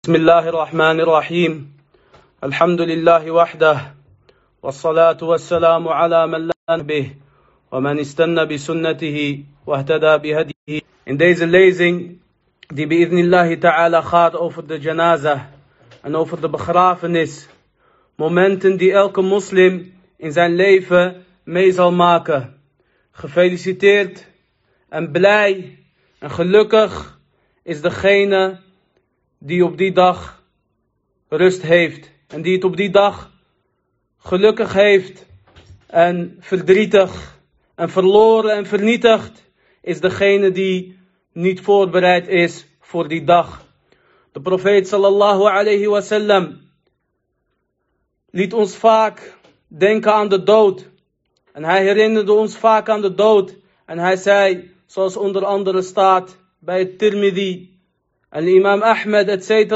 بسم الله الرحمن الرحيم الحمد لله وحده والصلاة والسلام على من لا نبي به ومن استنى بسنته واهتدى بهديه. In deze lezing die bi'idhnillahi ta'ala gaat over de janaza en over de begrafenis. Momenten die elke moslim in zijn leven mee zal maken. Gefeliciteerd en blij en gelukkig is degene die op die dag rust heeft. En die het op die dag gelukkig heeft. En verdrietig en verloren en vernietigd is degene die niet voorbereid is voor die dag. De profeet sallallahu alayhi wasallam liet ons vaak denken aan de dood. En hij herinnerde ons vaak aan de dood. En hij zei, zoals onder andere staat bij het Tirmidhi en imam Ahmed, etc.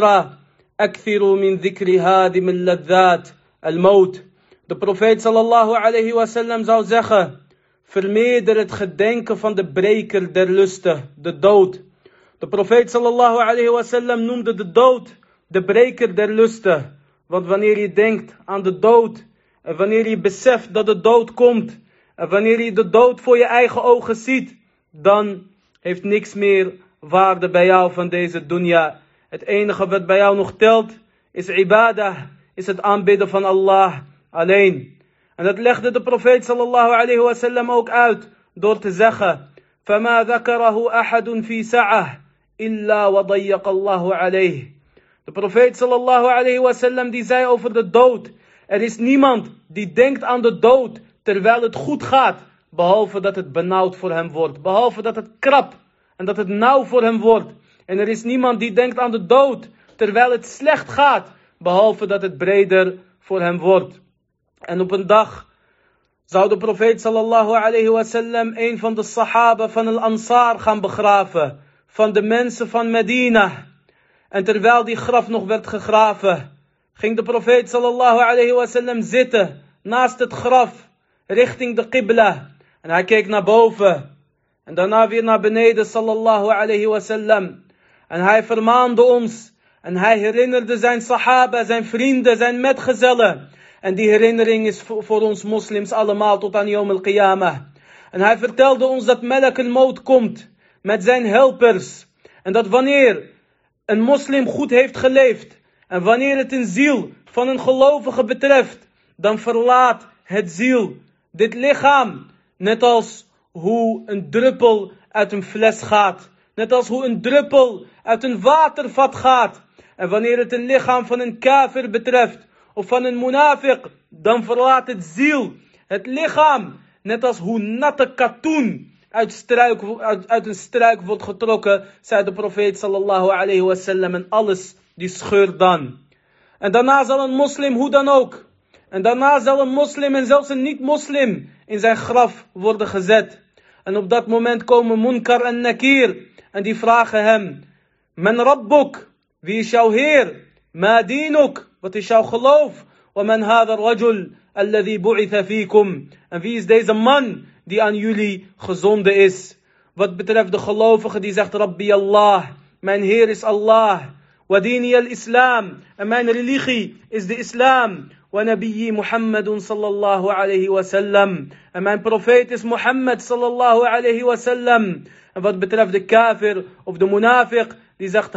Akthiru min dhikri hadim al-ladhat al-maut. De profeet sallallahu alayhi wasallam zou zeggen, vermeerder het gedenken van de breker der lusten, de dood. De profeet sallallahu alayhi wasallam noemde de dood de breker der lusten. Want wanneer je denkt aan de dood, en wanneer je beseft dat de dood komt, en wanneer je de dood voor je eigen ogen ziet, dan heeft niks meer waarde bij jou van deze dunya. Het enige wat bij jou nog telt is ibadah, is het aanbidden van Allah alleen. En dat legde de profeet sallallahu alayhi wasallam ook uit door te zeggen, فَمَا ذَكَرَهُ أَحَدٌ فِي سَعَهِ إِلَّا وَضَيَّقَ اللَّهُ عَلَيْهِ. De profeet sallallahu alayhi wasallam die zei over de dood, er is niemand die denkt aan de dood terwijl het goed gaat, behalve dat het benauwd voor hem wordt, behalve dat het krap en dat het nauw voor hem wordt. En er is niemand die denkt aan de dood terwijl het slecht gaat, behalve dat het breder voor hem wordt. En op een dag zou de profeet sallallahu alayhi wasallam een van de sahaba van al-Ansar gaan begraven, van de mensen van Medina. En terwijl die graf nog werd gegraven, ging de profeet sallallahu alayhi wasallam zitten naast het graf, richting de qibla. En hij keek naar boven. En daarna weer naar beneden sallallahu alayhi wasallam. En hij vermaande ons. En hij herinnerde zijn sahaba, zijn vrienden, zijn metgezellen. En die herinnering is voor ons moslims allemaal tot aan Yawm al-Qiyamah. En hij vertelde ons dat Malak al-Maut komt met zijn helpers. En dat wanneer een moslim goed heeft geleefd, en wanneer het een ziel van een gelovige betreft, dan verlaat het ziel dit lichaam, net als hoe een druppel uit een fles gaat. Net als hoe een druppel uit een watervat gaat. En wanneer het een lichaam van een kafir betreft, of van een munafiq, dan verlaat het ziel het lichaam. Net als hoe natte katoen uit een struik wordt getrokken, zei de profeet sallallahu alayhi wasallam. En alles die scheurt dan. En daarna zal een moslim, hoe dan ook. En daarna zal een moslim en zelfs een niet-moslim in zijn graf worden gezet. En op dat moment komen Munkar en Nakir. En die vragen hem, Man Rabbuk, wie is jouw Heer? Ma dinuk, wat is jouw geloof? Wa man hadha rajul alladhi bu'itha fikum. En wie is deze man die aan jullie gezonden is? Wat betreft de gelovige die zegt, Rabbi Allah, mijn Heer is Allah. Wa dini al-Islam, en mijn religie is de Islam. Wa nabiyyi Muhammadun sallallahu alayhi wasallam. En mijn profeet is Mohammed sallallahu alayhi wasallam. En wat betreft de kafir of de munafiq, die zegt,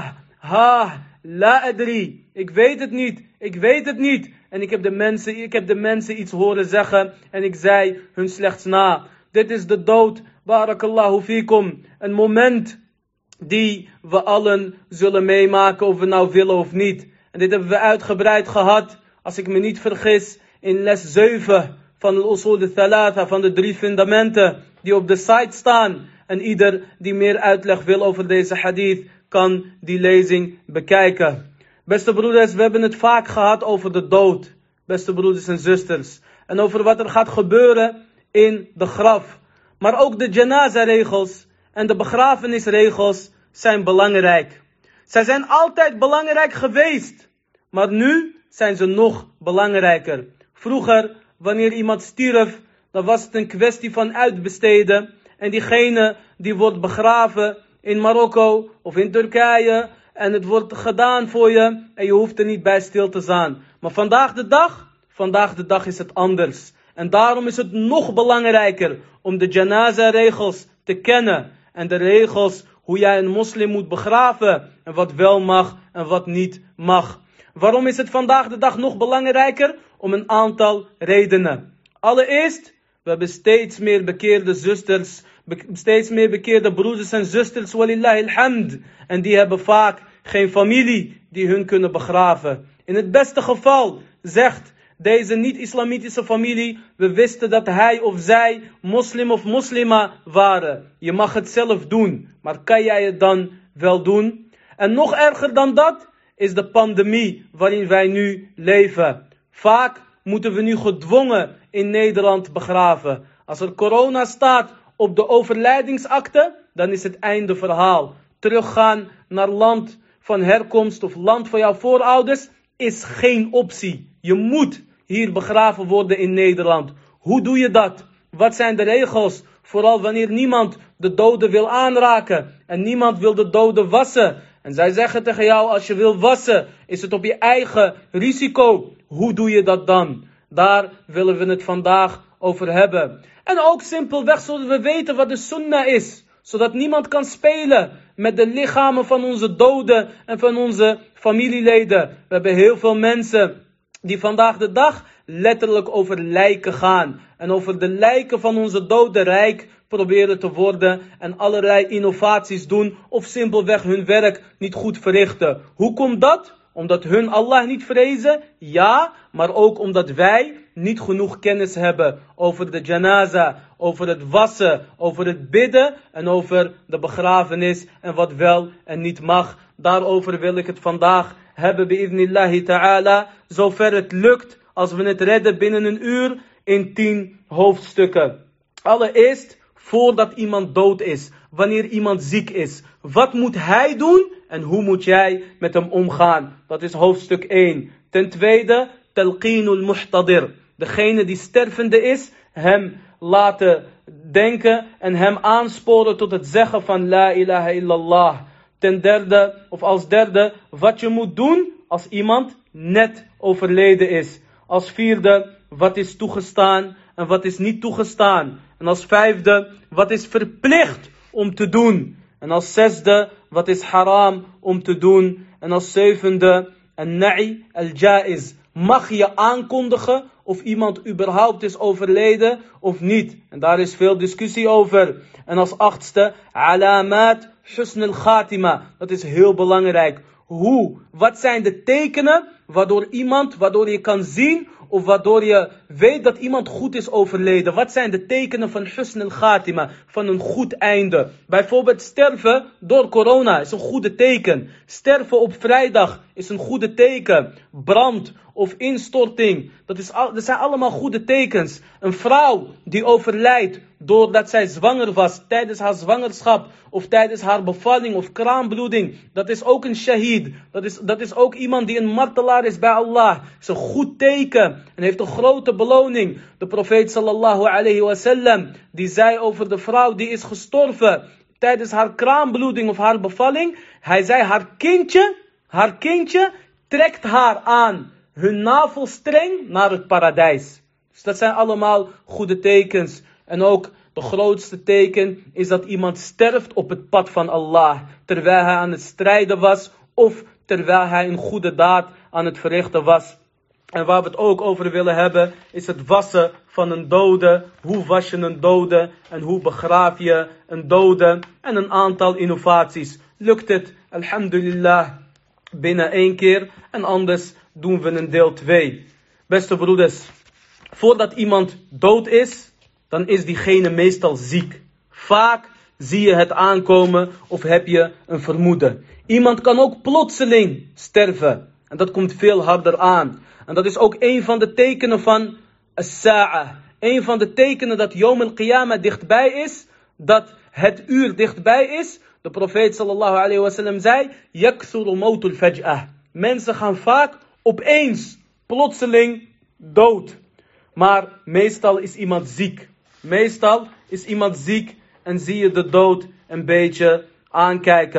la adri. Ik weet het niet. En ik heb de mensen iets horen zeggen en ik zei hun slechts na. Dit is de dood, barakallahu fikum. Een moment die we allen zullen meemaken, of we nou willen of niet. En dit hebben we uitgebreid gehad, als ik me niet vergis, in les 7 van al-Usul al-Thalatha, van de 3 fundamenten die op de site staan. En ieder die meer uitleg wil over deze hadith, kan die lezing bekijken. Beste broeders, we hebben het vaak gehad over de dood. Beste broeders en zusters. En over wat er gaat gebeuren in de graf. Maar ook de janaza-regels en de begrafenisregels zijn belangrijk. Zij zijn altijd belangrijk geweest. Maar nu zijn ze nog belangrijker. Vroeger, wanneer iemand stierf, dan was het een kwestie van uitbesteden. En diegene die wordt begraven in Marokko of in Turkije en het wordt gedaan voor je en je hoeft er niet bij stil te staan. Maar vandaag de dag is het anders. En daarom is het nog belangrijker om de janaza-regels te kennen. En de regels hoe jij een moslim moet begraven. En wat wel mag en wat niet mag. Waarom is het vandaag de dag nog belangrijker? Om een aantal redenen. Allereerst, we hebben steeds meer bekeerde zusters, steeds meer bekeerde broeders en zusters, walillahi alhamd. En die hebben vaak geen familie die hun kunnen begraven. In het beste geval zegt deze niet-islamitische familie, we wisten dat hij of zij moslim of moslima waren. Je mag het zelf doen, maar kan jij het dan wel doen? En nog erger dan dat is de pandemie waarin wij nu leven. Vaak moeten we nu gedwongen in Nederland begraven. Als er corona staat op de overlijdingsakte, dan is het einde verhaal. Teruggaan naar land van herkomst of land van jouw voorouders is geen optie. Je moet hier begraven worden in Nederland. Hoe doe je dat? Wat zijn de regels? Vooral wanneer niemand de doden wil aanraken en niemand wil de doden wassen. En zij zeggen tegen jou, als je wil wassen, is het op je eigen risico. Hoe doe je dat dan? Daar willen we het vandaag over hebben. En ook simpelweg zodat we weten wat de sunnah is. Zodat niemand kan spelen met de lichamen van onze doden en van onze familieleden. We hebben heel veel mensen die vandaag de dag letterlijk over lijken gaan. En over de lijken van onze doden rijk proberen te worden. En allerlei innovaties doen. Of simpelweg hun werk niet goed verrichten. Hoe komt dat? Omdat hun Allah niet vrezen? Ja, maar ook omdat wij niet genoeg kennis hebben over de janaza, over het wassen, over het bidden en over de begrafenis en wat wel en niet mag. Daarover wil ik het vandaag hebben, bi'idhnillahi ta'ala, zover het lukt, als we het redden binnen een uur, in 10 hoofdstukken. Allereerst, voordat iemand dood is, wanneer iemand ziek is, wat moet hij doen en hoe moet jij met hem omgaan? Dat is hoofdstuk 1. Ten tweede, talqeenul muhtadir. Degene die stervende is, hem laten denken en hem aansporen tot het zeggen van la ilaha illallah. Ten derde, of als derde, wat je moet doen als iemand net overleden is. Als vierde, wat is toegestaan en wat is niet toegestaan. En als vijfde, wat is verplicht om te doen. En als zesde, wat is haram om te doen. En als zevende, an-na'i al-jaiz. Mag je aankondigen of iemand überhaupt is overleden of niet. En daar is veel discussie over. En als achtste, alamat husn al-khatima. Dat is heel belangrijk. Hoe? Wat zijn de tekenen waardoor je kan zien of waardoor je weet dat iemand goed is overleden? Wat zijn de tekenen van husn al-khatima, van een goed einde? Bijvoorbeeld sterven door corona is een goede teken. Sterven op vrijdag is een goede teken. Brand of instorting, dat zijn allemaal goede tekens. Een vrouw die overlijdt doordat zij zwanger was tijdens haar zwangerschap of tijdens haar bevalling of kraambloeding, dat is ook een shahid. Dat is ook iemand die een martelaar is bij Allah. Dat is een goed teken en heeft een grote beloning. De profeet sallallahu alayhi wasallam, die zei over de vrouw die is gestorven tijdens haar kraambloeding of haar bevalling. Hij zei, haar kindje trekt haar aan hun navelstreng naar het paradijs. Dus dat zijn allemaal goede tekens. En ook de grootste teken is dat iemand sterft op het pad van Allah. Terwijl hij aan het strijden was of terwijl hij een goede daad aan het verrichten was. En waar we het ook over willen hebben is het wassen van een dode. Hoe was je een dode en hoe begraaf je een dode? En een aantal innovaties. Lukt het, alhamdulillah, binnen 1 keer en anders doen we een deel 2. Beste broeders, voordat iemand dood is, dan is diegene meestal ziek. Vaak zie je het aankomen of heb je een vermoeden. Iemand kan ook plotseling sterven. En dat komt veel harder aan. En dat is ook een van de tekenen van as-sa'a. Een van de tekenen dat Yawm al-Qiyamah dichtbij is. Dat het uur dichtbij is. De profeet sallallahu alayhi wa sallam zei, yakthuru mawtul faj'ah. Mensen gaan vaak opeens, plotseling dood. Maar meestal is iemand ziek. Meestal is iemand ziek en zie je de dood een beetje aankijken.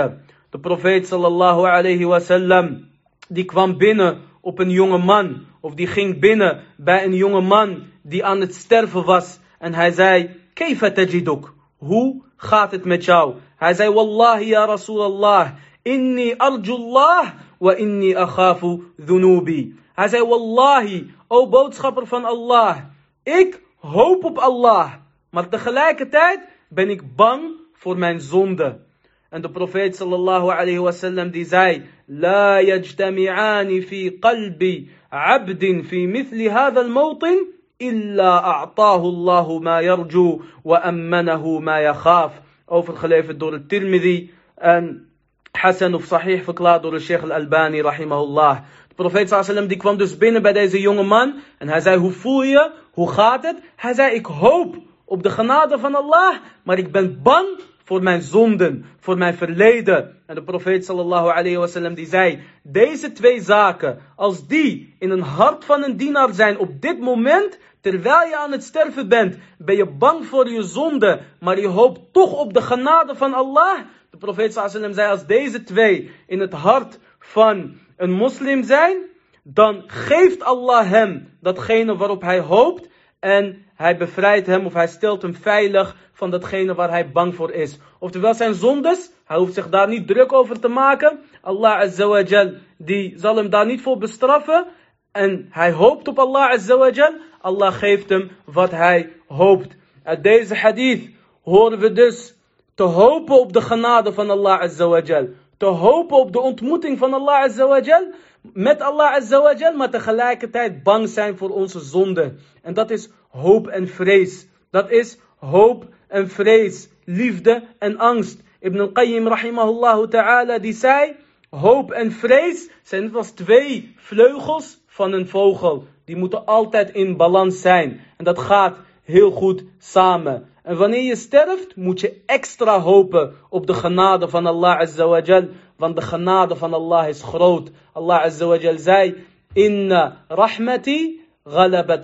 De profeet sallallahu alayhi wasallam, die kwam binnen op een jonge man. Of die ging binnen bij een jonge man die aan het sterven was. En hij zei, Kayfa tajiduk? Hoe gaat het met jou? Hij zei, Wallahi ya Rasulallah, inni arjullah wa inni akhafu dhunubi. Hij zei, Wallahi, o boodschapper van Allah, ik hoop op Allah, maar tegelijkertijd ben ik bang voor mijn zonde. En de profeet sallallahu alayhi wasallam die zei, La yajtami'ani fi qalbi abdin fi mithli hadha al-mawtin, illa a'tahu Allahu ma yarju wa ammanahu ma yakhaf. Overgeleverd door het Tirmidhi en Hasan of Sahih verklaard door de Sheikh al-Albani rahimahullah. De profeet sallallahu alayhi wasallam die kwam dus binnen bij deze jonge man en hij zei, hoe voel je? Hoe gaat het? Hij zei, ik hoop op de genade van Allah, maar ik ben bang voor mijn zonden, voor mijn verleden. En de profeet sallallahu alayhi wasallam die zei, deze twee zaken, als die in een hart van een dienaar zijn op dit moment, terwijl je aan het sterven bent, ben je bang voor je zonde, maar je hoopt toch op de genade van Allah. De profeet sallallahu alayhi wasallam zei, als deze twee in het hart van een moslim zijn, dan geeft Allah hem datgene waarop hij hoopt en hij bevrijdt hem of hij stelt hem veilig van datgene waar hij bang voor is. Oftewel zijn zondes, hij hoeft zich daar niet druk over te maken. Allah Azza wa Jal, die zal hem daar niet voor bestraffen. En hij hoopt op Allah Azza wa Jal. Allah geeft hem wat hij hoopt. Uit deze hadith horen we dus te hopen op de genade van Allah Azza wa Jal. Te hopen op de ontmoeting van Allah Azza wa Jal. Met Allah Azza wa Jal, maar tegelijkertijd bang zijn voor onze zonde. En dat is hoop en vrees. Dat is hoop en vrees, liefde en angst. Ibn al-Qayyim rahimahullah ta'ala die zei, hoop en vrees zijn net als twee vleugels van een vogel. Die moeten altijd in balans zijn. En dat gaat heel goed samen. En wanneer je sterft, moet je extra hopen op de genade van Allah Azza wa Jal. Want de genade van Allah is groot. Allah Azza wa Jal zei, Inna rahmati ghalabat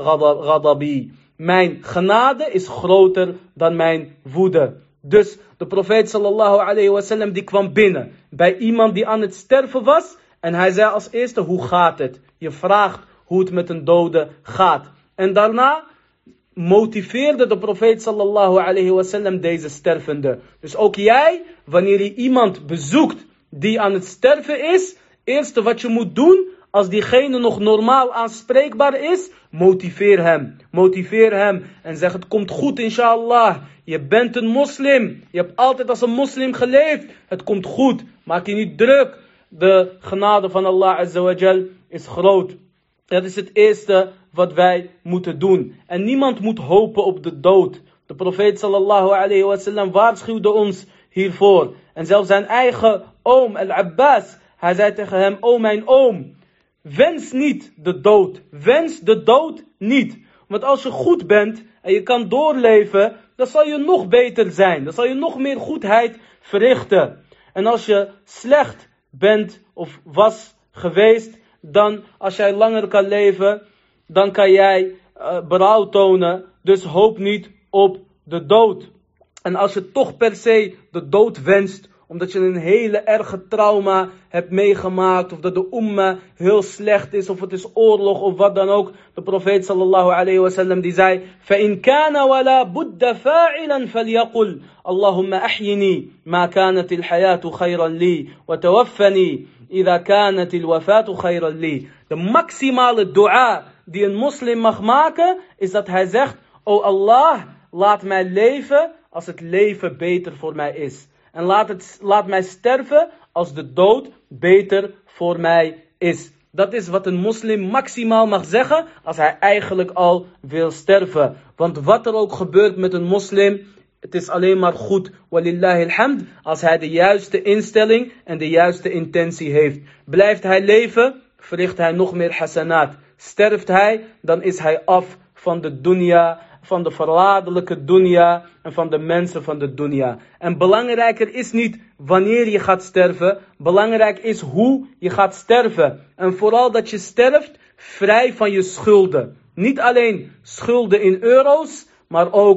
ghadabi. Mijn genade is groter dan mijn woede. Dus de profeet sallallahu alayhi wasallam die kwam binnen bij iemand die aan het sterven was. En hij zei als eerste, hoe gaat het? Je vraagt hoe het met een dode gaat. En daarna motiveerde de profeet sallallahu alayhi wasallam deze stervende. Dus ook jij, wanneer je iemand bezoekt die aan het sterven is, eerste wat je moet doen, als diegene nog normaal aanspreekbaar is, motiveer hem. Motiveer hem en zeg, het komt goed inshallah. Je bent een moslim. Je hebt altijd als een moslim geleefd. Het komt goed. Maak je niet druk. De genade van Allah Azza wa Jal is groot. Dat is het eerste wat wij moeten doen. En niemand moet hopen op de dood. De profeet sallallahu alayhi wasallam waarschuwde ons hiervoor. En zelfs zijn eigen oom Al-Abbas, hij zei tegen hem, o mijn oom, wens niet de dood. Wens de dood niet. Want als je goed bent en je kan doorleven, dan zal je nog beter zijn. Dan zal je nog meer goedheid verrichten. En als je slecht bent of was geweest, dan als jij langer kan leven, dan kan jij berouw tonen. Dus hoop niet op de dood. En als je toch per se de dood wenst, omdat je een hele erge trauma hebt meegemaakt, of dat de umma heel slecht is, of het is oorlog, of wat dan ook. De profeet sallallahu alayhi wasallam die zei, فَإِنْ كَانَ وَلَا بُدَّ فَاعِلًا فَلْيَقُلْ اللهم أحيني ما كانت الحياة خيرا لي وتوفني إذا كانت الوفاة خيرا لي. De maximale dua die een moslim mag maken, is dat hij zegt, o Allah, laat mij leven als het leven beter voor mij is. En laat mij sterven als de dood beter voor mij is. Dat is wat een moslim maximaal mag zeggen als hij eigenlijk al wil sterven. Want wat er ook gebeurt met een moslim, het is alleen maar goed, walillahi alhamd, als hij de juiste instelling en de juiste intentie heeft. Blijft hij leven, verricht hij nog meer hasanat. Sterft hij, dan is hij af van de dunya, van de verraderlijke dunya en van de mensen van de dunya. En belangrijker is niet wanneer je gaat sterven, belangrijk is hoe je gaat sterven. En vooral dat je sterft vrij van je schulden. Niet alleen schulden in euro's, maar ook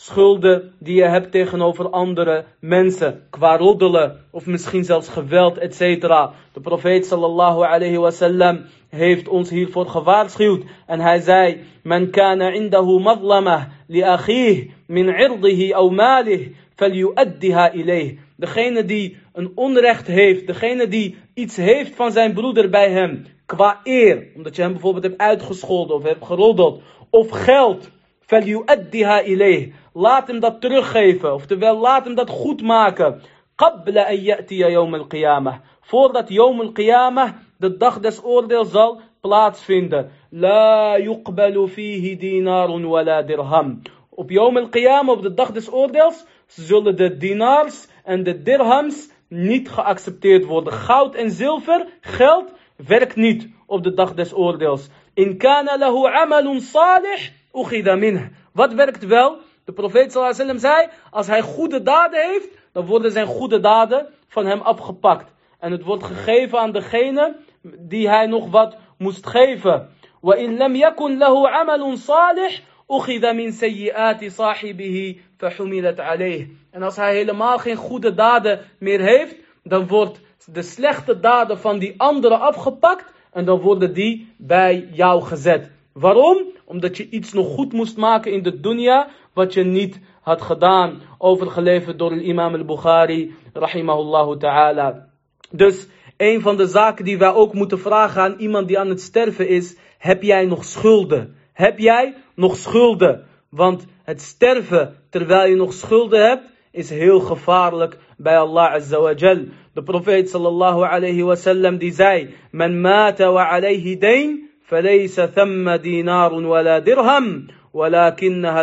schulden die je hebt tegenover andere mensen, qua roddelen of misschien zelfs geweld, etc. De profeet sallallahu alayhi wasallam heeft ons hiervoor gewaarschuwd en hij zei: "Man kana indahu madlamah li akhih min 'irdihi aw malih falyu'addiha ilayh." Degene die een onrecht heeft, degene die iets heeft van zijn broeder bij hem, qua eer, omdat je hem bijvoorbeeld hebt uitgescholden of hebt geroddeld, of geld, falyu'addiha ilayh. Laat hem dat teruggeven, oftewel laat hem dat goed maken. Qabla an ya'tiya yawm al-qiyamah. Voordat yawm al-qiyamah, de dag des oordeels, zal plaatsvinden. La yuqbalu fihi dinarun wala dirham. Op yawm al-qiyamah, op de dag des oordeels, zullen de dinars en de dirhams niet geaccepteerd worden. Goud en zilver, geld, werkt niet op de dag des oordeels. In kana lahu amalun salih, ukhida minh. Wat werkt wel? De profeet sallallahu alaihi wasallam zei, als hij goede daden heeft, dan worden zijn goede daden van hem afgepakt. En het wordt gegeven aan degene die hij nog wat moest geven. Wa in lam yakun lahu amalun salih, ukhida min sayyiati sahibihi fahumilat alayh. En als hij helemaal geen goede daden meer heeft, dan wordt de slechte daden van die andere afgepakt en dan worden die bij jou gezet. Waarom? Omdat je iets nog goed moest maken in de dunya, wat je niet had gedaan. Overgeleverd door imam al-Bukhari, rahimahullahu ta'ala. Dus een van de zaken die wij ook moeten vragen aan iemand die aan het sterven is: heb jij nog schulden? Heb jij nog schulden? Want het sterven terwijl je nog schulden hebt, is heel gevaarlijk bij Allah azza wa jal. De profeet sallallahu alayhi wa sallam die zei: Man mata wa alayhi dayn, falaysa thamma dinarun wala dirham, walakinnaha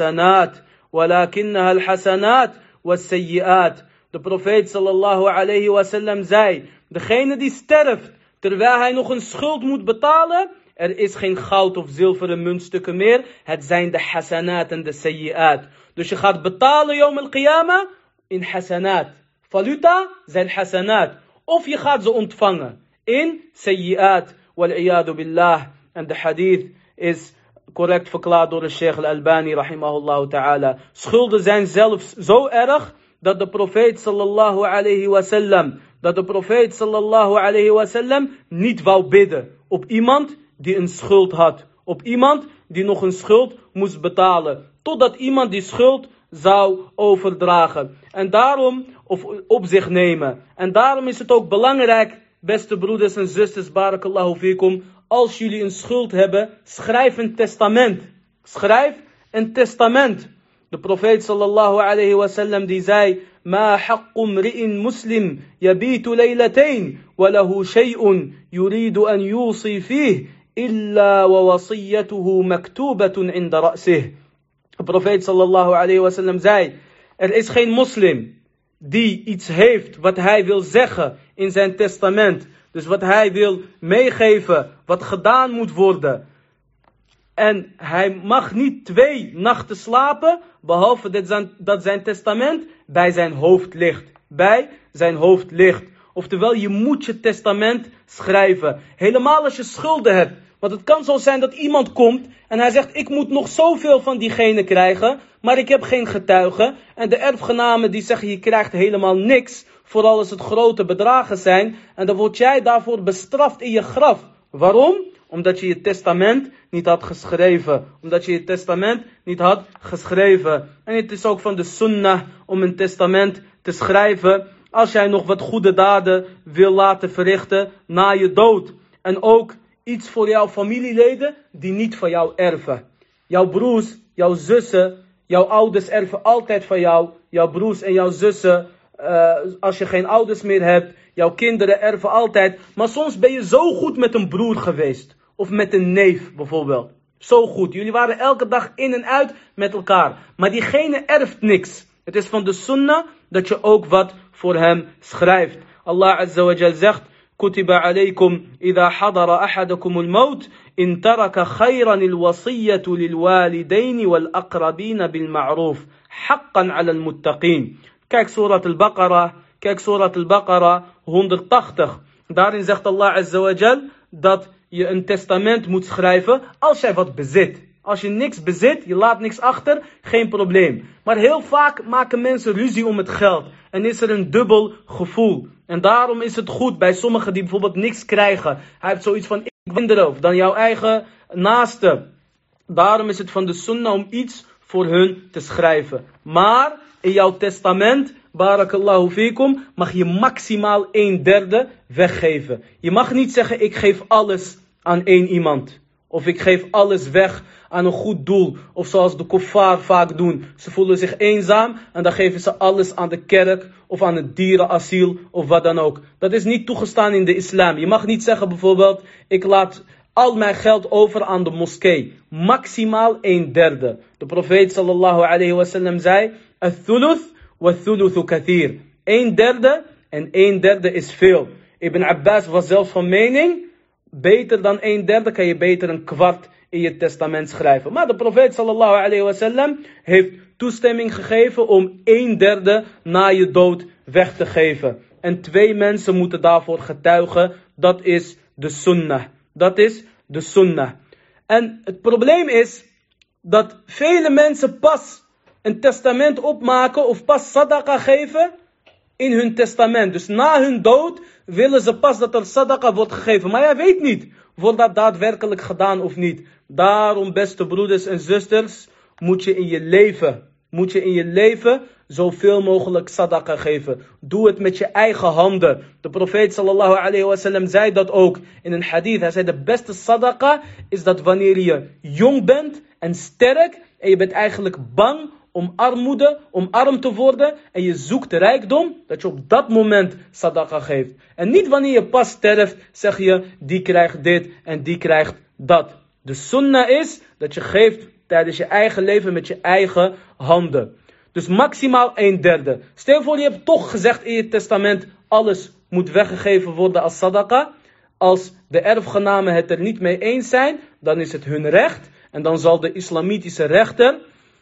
al-hasanat was-sayyi'at. De profeet sallallahu alayhi wa sallam zei: degene die sterft terwijl hij nog een schuld moet betalen, er is geen goud of zilveren muntstukken meer. Het zijn de hasanat en de sayyi'at. Dus je gaat betalen yawm al-qiyamah in hasanat. Valuta zijn hasanat. Of je gaat ze ontvangen in sayyi'at. Wal-iyadu billah. En de hadith is correct verklaard door de Sheikh al-Albani rahimahullah ta'ala. Schulden zijn zelfs zo erg dat de profeet sallallahu alayhi wasallam niet wou bidden op iemand die een schuld had. Op iemand die nog een schuld moest betalen. Totdat iemand die schuld zou overdragen. En daarom, of op zich nemen. En daarom is het ook belangrijk, beste broeders en zusters, barakallahu fikum, als jullie een schuld hebben, schrijf een testament. Schrijf een testament. De profeet sallallahu alayhi wasallam die zei: Ma haqqu mri'in muslim yabitu laylatayn wa lahu shay'un yuridu an yusi fih illa wa wasiyatuhu maktubatun inda ra'sih. De profeet sallallahu alayhi wasallam zei: er is geen moslim die iets heeft wat hij wil zeggen in zijn testament. Dus wat hij wil meegeven, wat gedaan moet worden. En hij mag niet 2 nachten slapen, behalve dat zijn testament bij zijn hoofd ligt. Bij zijn hoofd ligt. Oftewel, je moet je testament schrijven. Helemaal als je schulden hebt. Want het kan zo zijn dat iemand komt en hij zegt: ik moet nog zoveel van diegene krijgen, maar ik heb geen getuigen. En de erfgenamen die zeggen: je krijgt helemaal niks, vooral als het grote bedragen zijn. En dan word jij daarvoor bestraft in je graf. Waarom? Omdat je je testament niet had geschreven. Omdat je je testament niet had geschreven. En het is ook van de sunnah om een testament te schrijven als jij nog wat goede daden wil laten verrichten na je dood. En ook iets voor jouw familieleden die niet van jou erven. Jouw broers, jouw zussen, jouw ouders erven altijd van jou. Jouw broers en jouw zussen, als je geen ouders meer hebt, jouw kinderen erven altijd. Maar soms ben je zo goed met een broer geweest. Of met een neef bijvoorbeeld. Zo goed. Jullie waren elke dag in en uit met elkaar. Maar diegene erft niks. Het is van de sunnah dat je ook wat voor hem schrijft. Allah azza wa jal zegt: كتب عليكم إذا حضر أحدكم الموت إن ترك خيرا الوصية للوالدين والأقربين بالمعروف حقا على المتقين. Kijk Surat al-Baqarah 180. Daarin zegt Allah azza wa jal dat je een testament moet schrijven als jij wat bezit. Als je niks bezit, je laat niks achter, geen probleem. Maar heel vaak maken mensen ruzie om het geld. En is er een dubbel gevoel. En daarom is het goed bij sommigen die bijvoorbeeld niks krijgen. Hij heeft zoiets van, ik win erover dan jouw eigen naaste. Daarom is het van de sunnah om iets voor hun te schrijven. Maar in jouw testament, barakallahu fikum, mag je maximaal 1/3 weggeven. Je mag niet zeggen, ik geef alles aan één iemand. Of ik geef alles weg aan een goed doel. Of zoals de kuffar vaak doen. Ze voelen zich eenzaam en dan geven ze alles aan de kerk of aan het dierenasiel of wat dan ook. Dat is niet toegestaan in de islam. Je mag niet zeggen bijvoorbeeld, ik laat al mijn geld over aan de moskee. Maximaal 1/3. De profeet sallallahu alayhi wa sallam zei, al-thuluth wa thuluthu kathir. 1/3 en 1/3 is veel. Ibn Abbas was zelfs van mening, beter dan 1/3 kan je beter een kwart in je testament schrijven. Maar de profeet sallallahu alayhi wa sallam heeft toestemming gegeven om 1/3 na je dood weg te geven. En 2 mensen moeten daarvoor getuigen. Dat is de sunnah. Dat is de sunnah. En het probleem is dat vele mensen pas een testament opmaken of pas sadaqa geven in hun testament. Dus na hun dood willen ze pas dat er sadaqa wordt gegeven. Maar jij weet niet, wordt dat daadwerkelijk gedaan of niet. Daarom, beste broeders en zusters, moet je in je leven zoveel mogelijk sadaqa geven. Doe het met je eigen handen. De profeet sallallahu alayhi wa sallam zei dat ook in een hadith. Hij zei, de beste sadaqa is dat wanneer je jong bent en sterk en je bent eigenlijk bang om arm te worden en je zoekt rijkdom, dat je op dat moment sadaqa geeft. En niet wanneer je pas sterft, zeg je, die krijgt dit en die krijgt dat. De sunnah is dat je geeft tijdens je eigen leven met je eigen handen. Dus maximaal 1/3. Stel voor je hebt toch gezegd in je testament, alles moet weggegeven worden als sadaqa. Als de erfgenamen het er niet mee eens zijn, dan is het hun recht. En dan zal de islamitische rechter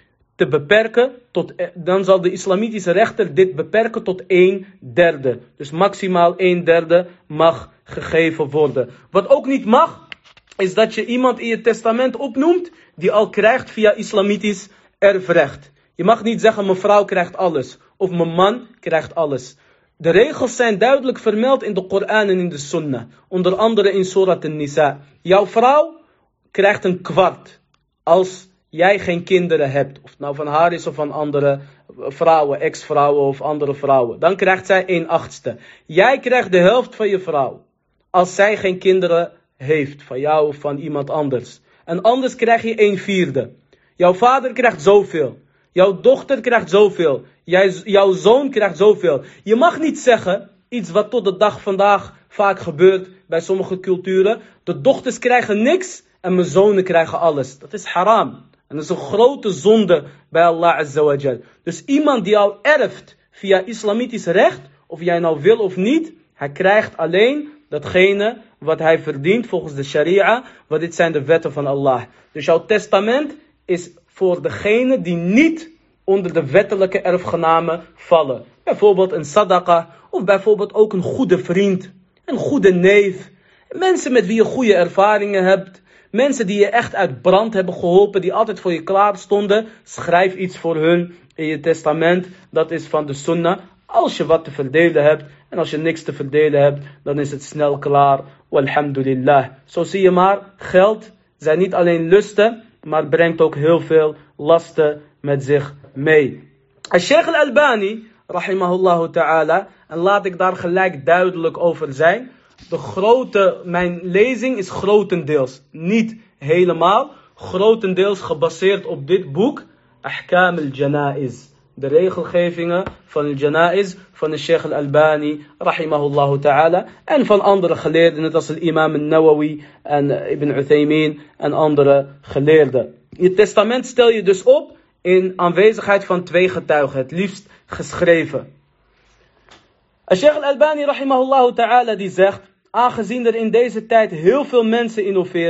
dit beperken tot 1/3. Dus maximaal 1/3 mag gegeven worden. Wat ook niet mag, is dat je iemand in je testament opnoemt die al krijgt via islamitisch erfrecht. Je mag niet zeggen, mijn vrouw krijgt alles. Of mijn man krijgt alles. De regels zijn duidelijk vermeld in de Koran en in de Sunnah. Onder andere in Surat An-Nisa. Jouw vrouw krijgt een kwart als jij geen kinderen hebt. Of het nou van haar is of van andere vrouwen, ex-vrouwen of andere vrouwen. Dan krijgt zij 1/8. Jij krijgt de helft van je vrouw. Als zij geen kinderen heeft, van jou of van iemand anders. En anders krijg je 1/4. Jouw vader krijgt zoveel. Jouw dochter krijgt zoveel. Jouw zoon krijgt zoveel. Je mag niet zeggen, iets wat tot de dag vandaag vaak gebeurt bij sommige culturen. De dochters krijgen niks en mijn zonen krijgen alles. Dat is haram. En dat is een grote zonde bij Allah Azza wa Jal. Dus iemand die al erft via islamitisch recht, of jij nou wil of niet, hij krijgt alleen datgene wat hij verdient volgens de sharia, want dit zijn de wetten van Allah. Dus jouw testament is voor degene die niet onder de wettelijke erfgenamen vallen. Bijvoorbeeld een sadaqa, of bijvoorbeeld ook een goede vriend, een goede neef. Mensen met wie je goede ervaringen hebt. Mensen die je echt uit brand hebben geholpen, die altijd voor je klaar stonden. Schrijf iets voor hun in je testament. Dat is van de sunnah. Als je wat te verdelen hebt. En als je niks te verdelen hebt, dan is het snel klaar. Walhamdulillah. Zo zie je maar, geld zijn niet alleen lusten, maar brengt ook heel veel lasten met zich mee. Al-Sheikh Al-Albani, rahimahullah ta'ala, en laat ik daar gelijk duidelijk over zijn. Mijn lezing is grotendeels, niet helemaal, grotendeels gebaseerd op dit boek, Ahkam al-Janaiz. De regelgevingen van al-Janaiz van de Sheikh Al-Albani, rahimahullah ta'ala, en van andere geleerden, net als de imam al-Nawawi en Ibn Uthaymin en andere geleerden. Je testament stel je dus op in aanwezigheid van 2 getuigen, het liefst geschreven. Sheikh Al-Albani, rahimahullah ta'ala, die zegt, aangezien er in deze tijd heel veel mensen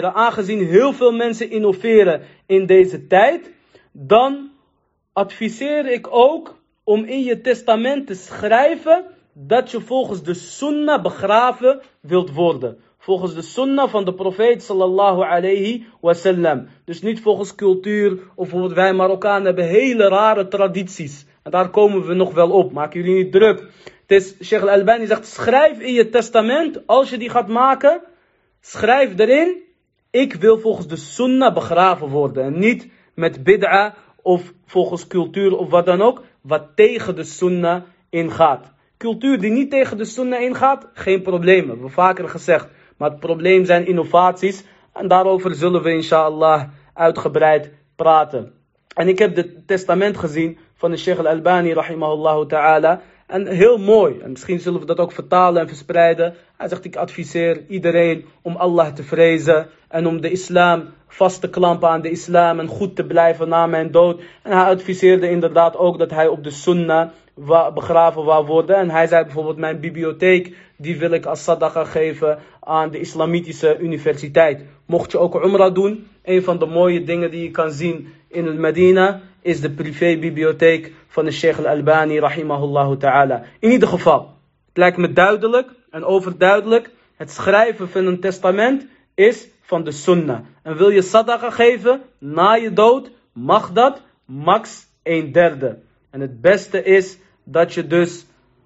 innoveren in deze tijd, dan adviseer ik ook om in je testament te schrijven dat je volgens de sunnah begraven wilt worden. volgens de sunnah van de profeet sallallahu alayhi wasallam. Dus niet volgens cultuur of bijvoorbeeld wij Marokkanen hebben hele rare tradities. En daar komen we nog wel op, maak jullie niet druk. Het is, Sheikh al-Albani zegt, schrijf in je testament, als je die gaat maken, schrijf erin, ik wil volgens de sunnah begraven worden. En niet met bid'a of volgens cultuur of wat dan ook, wat tegen de sunnah ingaat. Cultuur die niet tegen de sunnah ingaat, geen probleem. Dat hebben we vaker gezegd. Maar het probleem zijn innovaties. En daarover zullen we inshallah uitgebreid praten. En ik heb het testament gezien van de Sheikh al-Albani rahimahullah ta'ala. En heel mooi. En misschien zullen we dat ook vertalen en verspreiden. Hij zegt, ik adviseer iedereen om Allah te vrezen. En om de islam vast te klampen aan de islam. En goed te blijven na mijn dood. En hij adviseerde inderdaad ook dat hij op de sunnah begraven wou worden. En hij zei bijvoorbeeld, mijn bibliotheek, die wil ik als sadaqa geven aan de islamitische universiteit. Mocht je ook umrah doen, een van de mooie dingen die je kan zien in al-Medina is de privébibliotheek van de Sheikh al-Albani rahimahullah ta'ala. In ieder geval, het lijkt me duidelijk en overduidelijk, het schrijven van een testament is van de sunnah. En wil je sadaqa geven na je dood, mag dat max 1/3. En het beste is dat je dus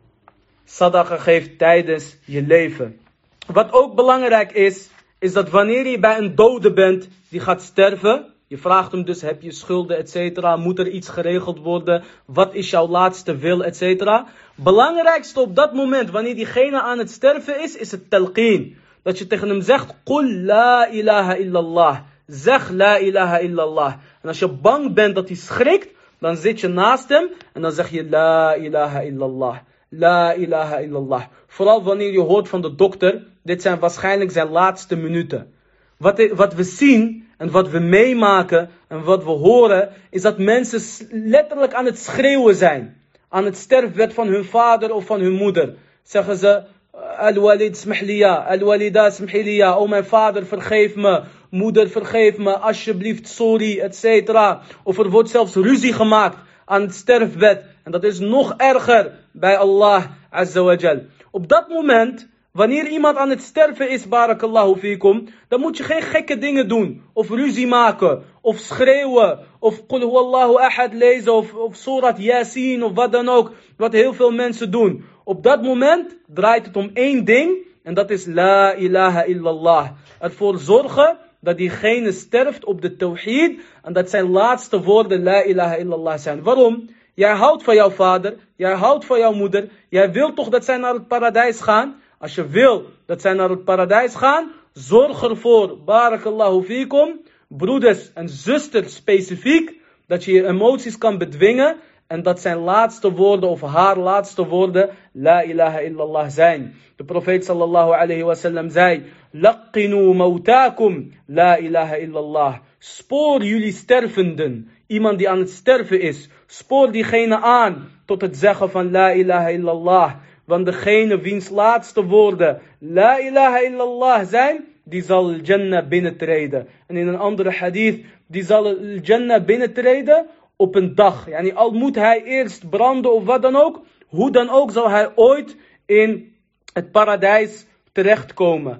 sadaqa geeft tijdens je leven. Wat ook belangrijk is dat wanneer je bij een dode bent die gaat sterven, je vraagt hem dus, heb je schulden, etc. Moet er iets geregeld worden? Wat is jouw laatste wil, etc. Belangrijkste op dat moment, wanneer diegene aan het sterven is het talqeen. Dat je tegen hem zegt, qul la ilaha illallah. Zeg la ilaha illallah. En als je bang bent dat hij schrikt, dan zit je naast hem en dan zeg je la ilaha illallah. La ilaha illallah. Vooral wanneer je hoort van de dokter, dit zijn waarschijnlijk zijn laatste minuten. Wat we zien en wat we meemaken en wat we horen, is dat mensen letterlijk aan het schreeuwen zijn. Aan het sterfbed van hun vader of van hun moeder. Zeggen ze, al-walid smihliya, al-walida smihliya, oh mijn vader vergeef me, moeder vergeef me, alsjeblieft sorry, etc. Of er wordt zelfs ruzie gemaakt aan het sterfbed. En dat is nog erger bij Allah azza wa jal. Op dat moment, wanneer iemand aan het sterven is, barakallahu fikum, dan moet je geen gekke dingen doen. Of ruzie maken, of schreeuwen, of qul huwallahu ahad lezen, of surat Yasin, of wat dan ook. Wat heel veel mensen doen. Op dat moment draait het om één ding, en dat is la ilaha illallah. Ervoor zorgen dat diegene sterft op de tawhid, en dat zijn laatste woorden la ilaha illallah zijn. Waarom? Jij houdt van jouw vader, jij houdt van jouw moeder, jij wilt toch dat zij naar het paradijs gaan? Als je wil dat zij naar het paradijs gaan, zorg ervoor, barakallahu fikum, broeders en zusters specifiek, dat je je emoties kan bedwingen en dat zijn laatste woorden of haar laatste woorden la ilaha illallah zijn. De profeet sallallahu alayhi wasallam zei, laqinu mautakum la ilaha illallah. Spoor jullie stervenden, iemand die aan het sterven is, spoor diegene aan tot het zeggen van la ilaha illallah. Want degene wiens laatste woorden la ilaha illallah zijn, die zal al-Jannah binnentreden. En in een andere hadith, die zal al-Jannah binnentreden op een dag. Yani al moet hij eerst branden of wat dan ook, hoe dan ook zal hij ooit in het paradijs terechtkomen.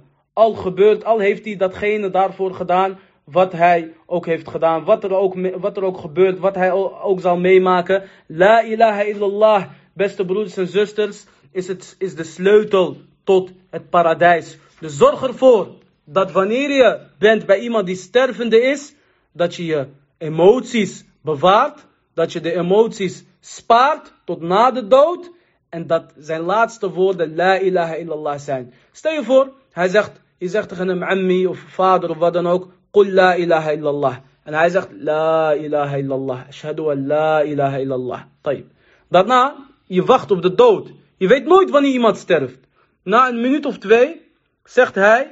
Al heeft hij datgene daarvoor gedaan wat hij ook heeft gedaan, wat er ook gebeurt, wat hij ook zal meemaken. La ilaha illallah, beste broeders en zusters, is de sleutel tot het paradijs. Dus zorg ervoor dat wanneer je bent bij iemand die stervende is, dat je je emoties bewaart, dat je de emoties spaart tot na de dood en dat zijn laatste woorden la ilaha illallah zijn. Stel je voor, je zegt tegen hem ammi of vader of wat dan ook, qul la ilaha illallah. En hij zegt la ilaha illallah, ashhadu an la ilaha illallah. Tayyip. Daarna, je wacht op de dood. Je weet nooit wanneer iemand sterft. Na een minuut of 2 zegt hij,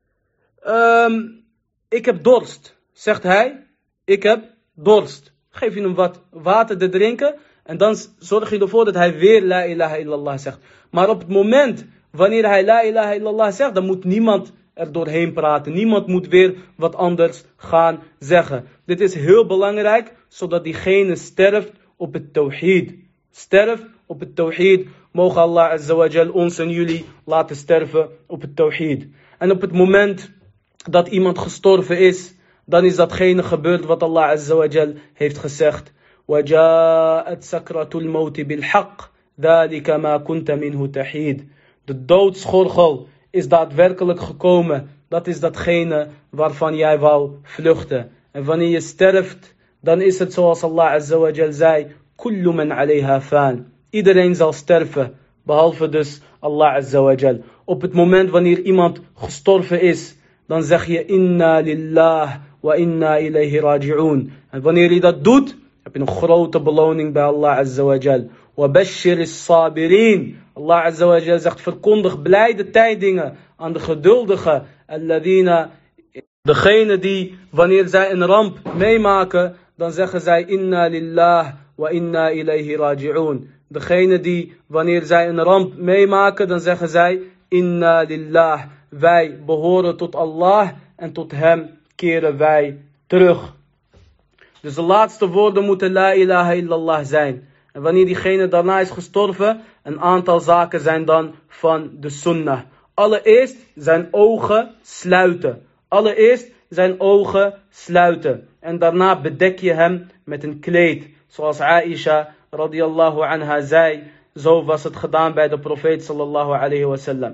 ik heb dorst. Zegt hij, ik heb dorst. Geef je hem wat water te drinken en dan zorg je ervoor dat hij weer la ilaha illallah zegt. Maar op het moment wanneer hij la ilaha illallah zegt, dan moet niemand er doorheen praten. Niemand moet weer wat anders gaan zeggen. Dit is heel belangrijk, zodat diegene sterft op het tawhid. Sterft op het tawhid. Mogen Allah azza wa jal ons en jullie laten sterven op het tawhid. En op het moment dat iemand gestorven is, dan is datgene gebeurd wat Allah Azza wa Jal heeft gezegd. وَجَاءَتْ سَكْرَةُ الْمَوْتِ بِالْحَقِّ ذَلِكَ مَا كُنْتَ مِنْهُ تَحِيدٌ. De doodschorgel is daadwerkelijk gekomen. Dat is datgene waarvan jij wou vluchten. En wanneer je sterft, dan is het zoals Allah Azza wa Jal zei. كُلُّ مَنْ عَلَيْهَا فَانٍ. Iedereen zal sterven, behalve dus Allah Azza wa Jal. Op het moment wanneer iemand gestorven is, dan zeg je inna lillah wa inna ilayhi raji'un. En wanneer je dat doet, heb je een grote beloning bij Allah Azza wa Jal. Wa bashir as-sabirin. Allah Azza wa Jal zegt, verkondig blijde tijdingen aan de geduldigen. Alladina, degene die wanneer zij een ramp meemaken, dan zeggen zij inna lillah wa inna ilayhi raji'un. Degene die wanneer zij een ramp meemaken, dan zeggen zij inna lillah. Wij behoren tot Allah en tot hem keren wij terug. Dus de laatste woorden moeten la ilaha illallah zijn. En wanneer diegene daarna is gestorven, een aantal zaken zijn dan van de sunnah. Allereerst zijn ogen sluiten. Allereerst zijn ogen sluiten. En daarna bedek je hem met een kleed. Zoals Aisha radiyallahu anha zei. Zo was het gedaan bij de profeet sallallahu alayhi wa sallam.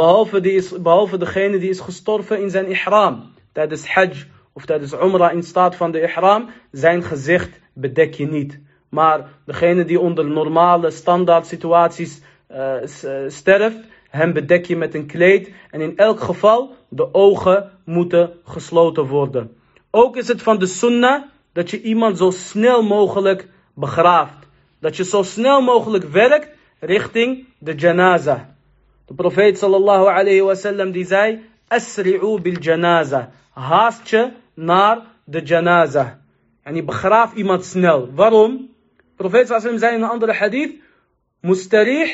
Behalve degene die is gestorven in zijn ihram. Tijdens hajj of tijdens umrah in staat van de ihram. Zijn gezicht bedek je niet. Maar degene die onder normale standaard situaties sterft. Hem bedek je met een kleed. En in elk geval de ogen moeten gesloten worden. Ook is het van de sunnah dat je iemand zo snel mogelijk begraaft. Dat je zo snel mogelijk werkt richting de janazah. De profeet sallallahu alayhi wa sallam die zei, asri'u bil janazah. Haast je naar de janazah. En je begraaft iemand snel. Waarom? De profeet sallallahu alayhi wa sallam zei in een andere hadith, mustarih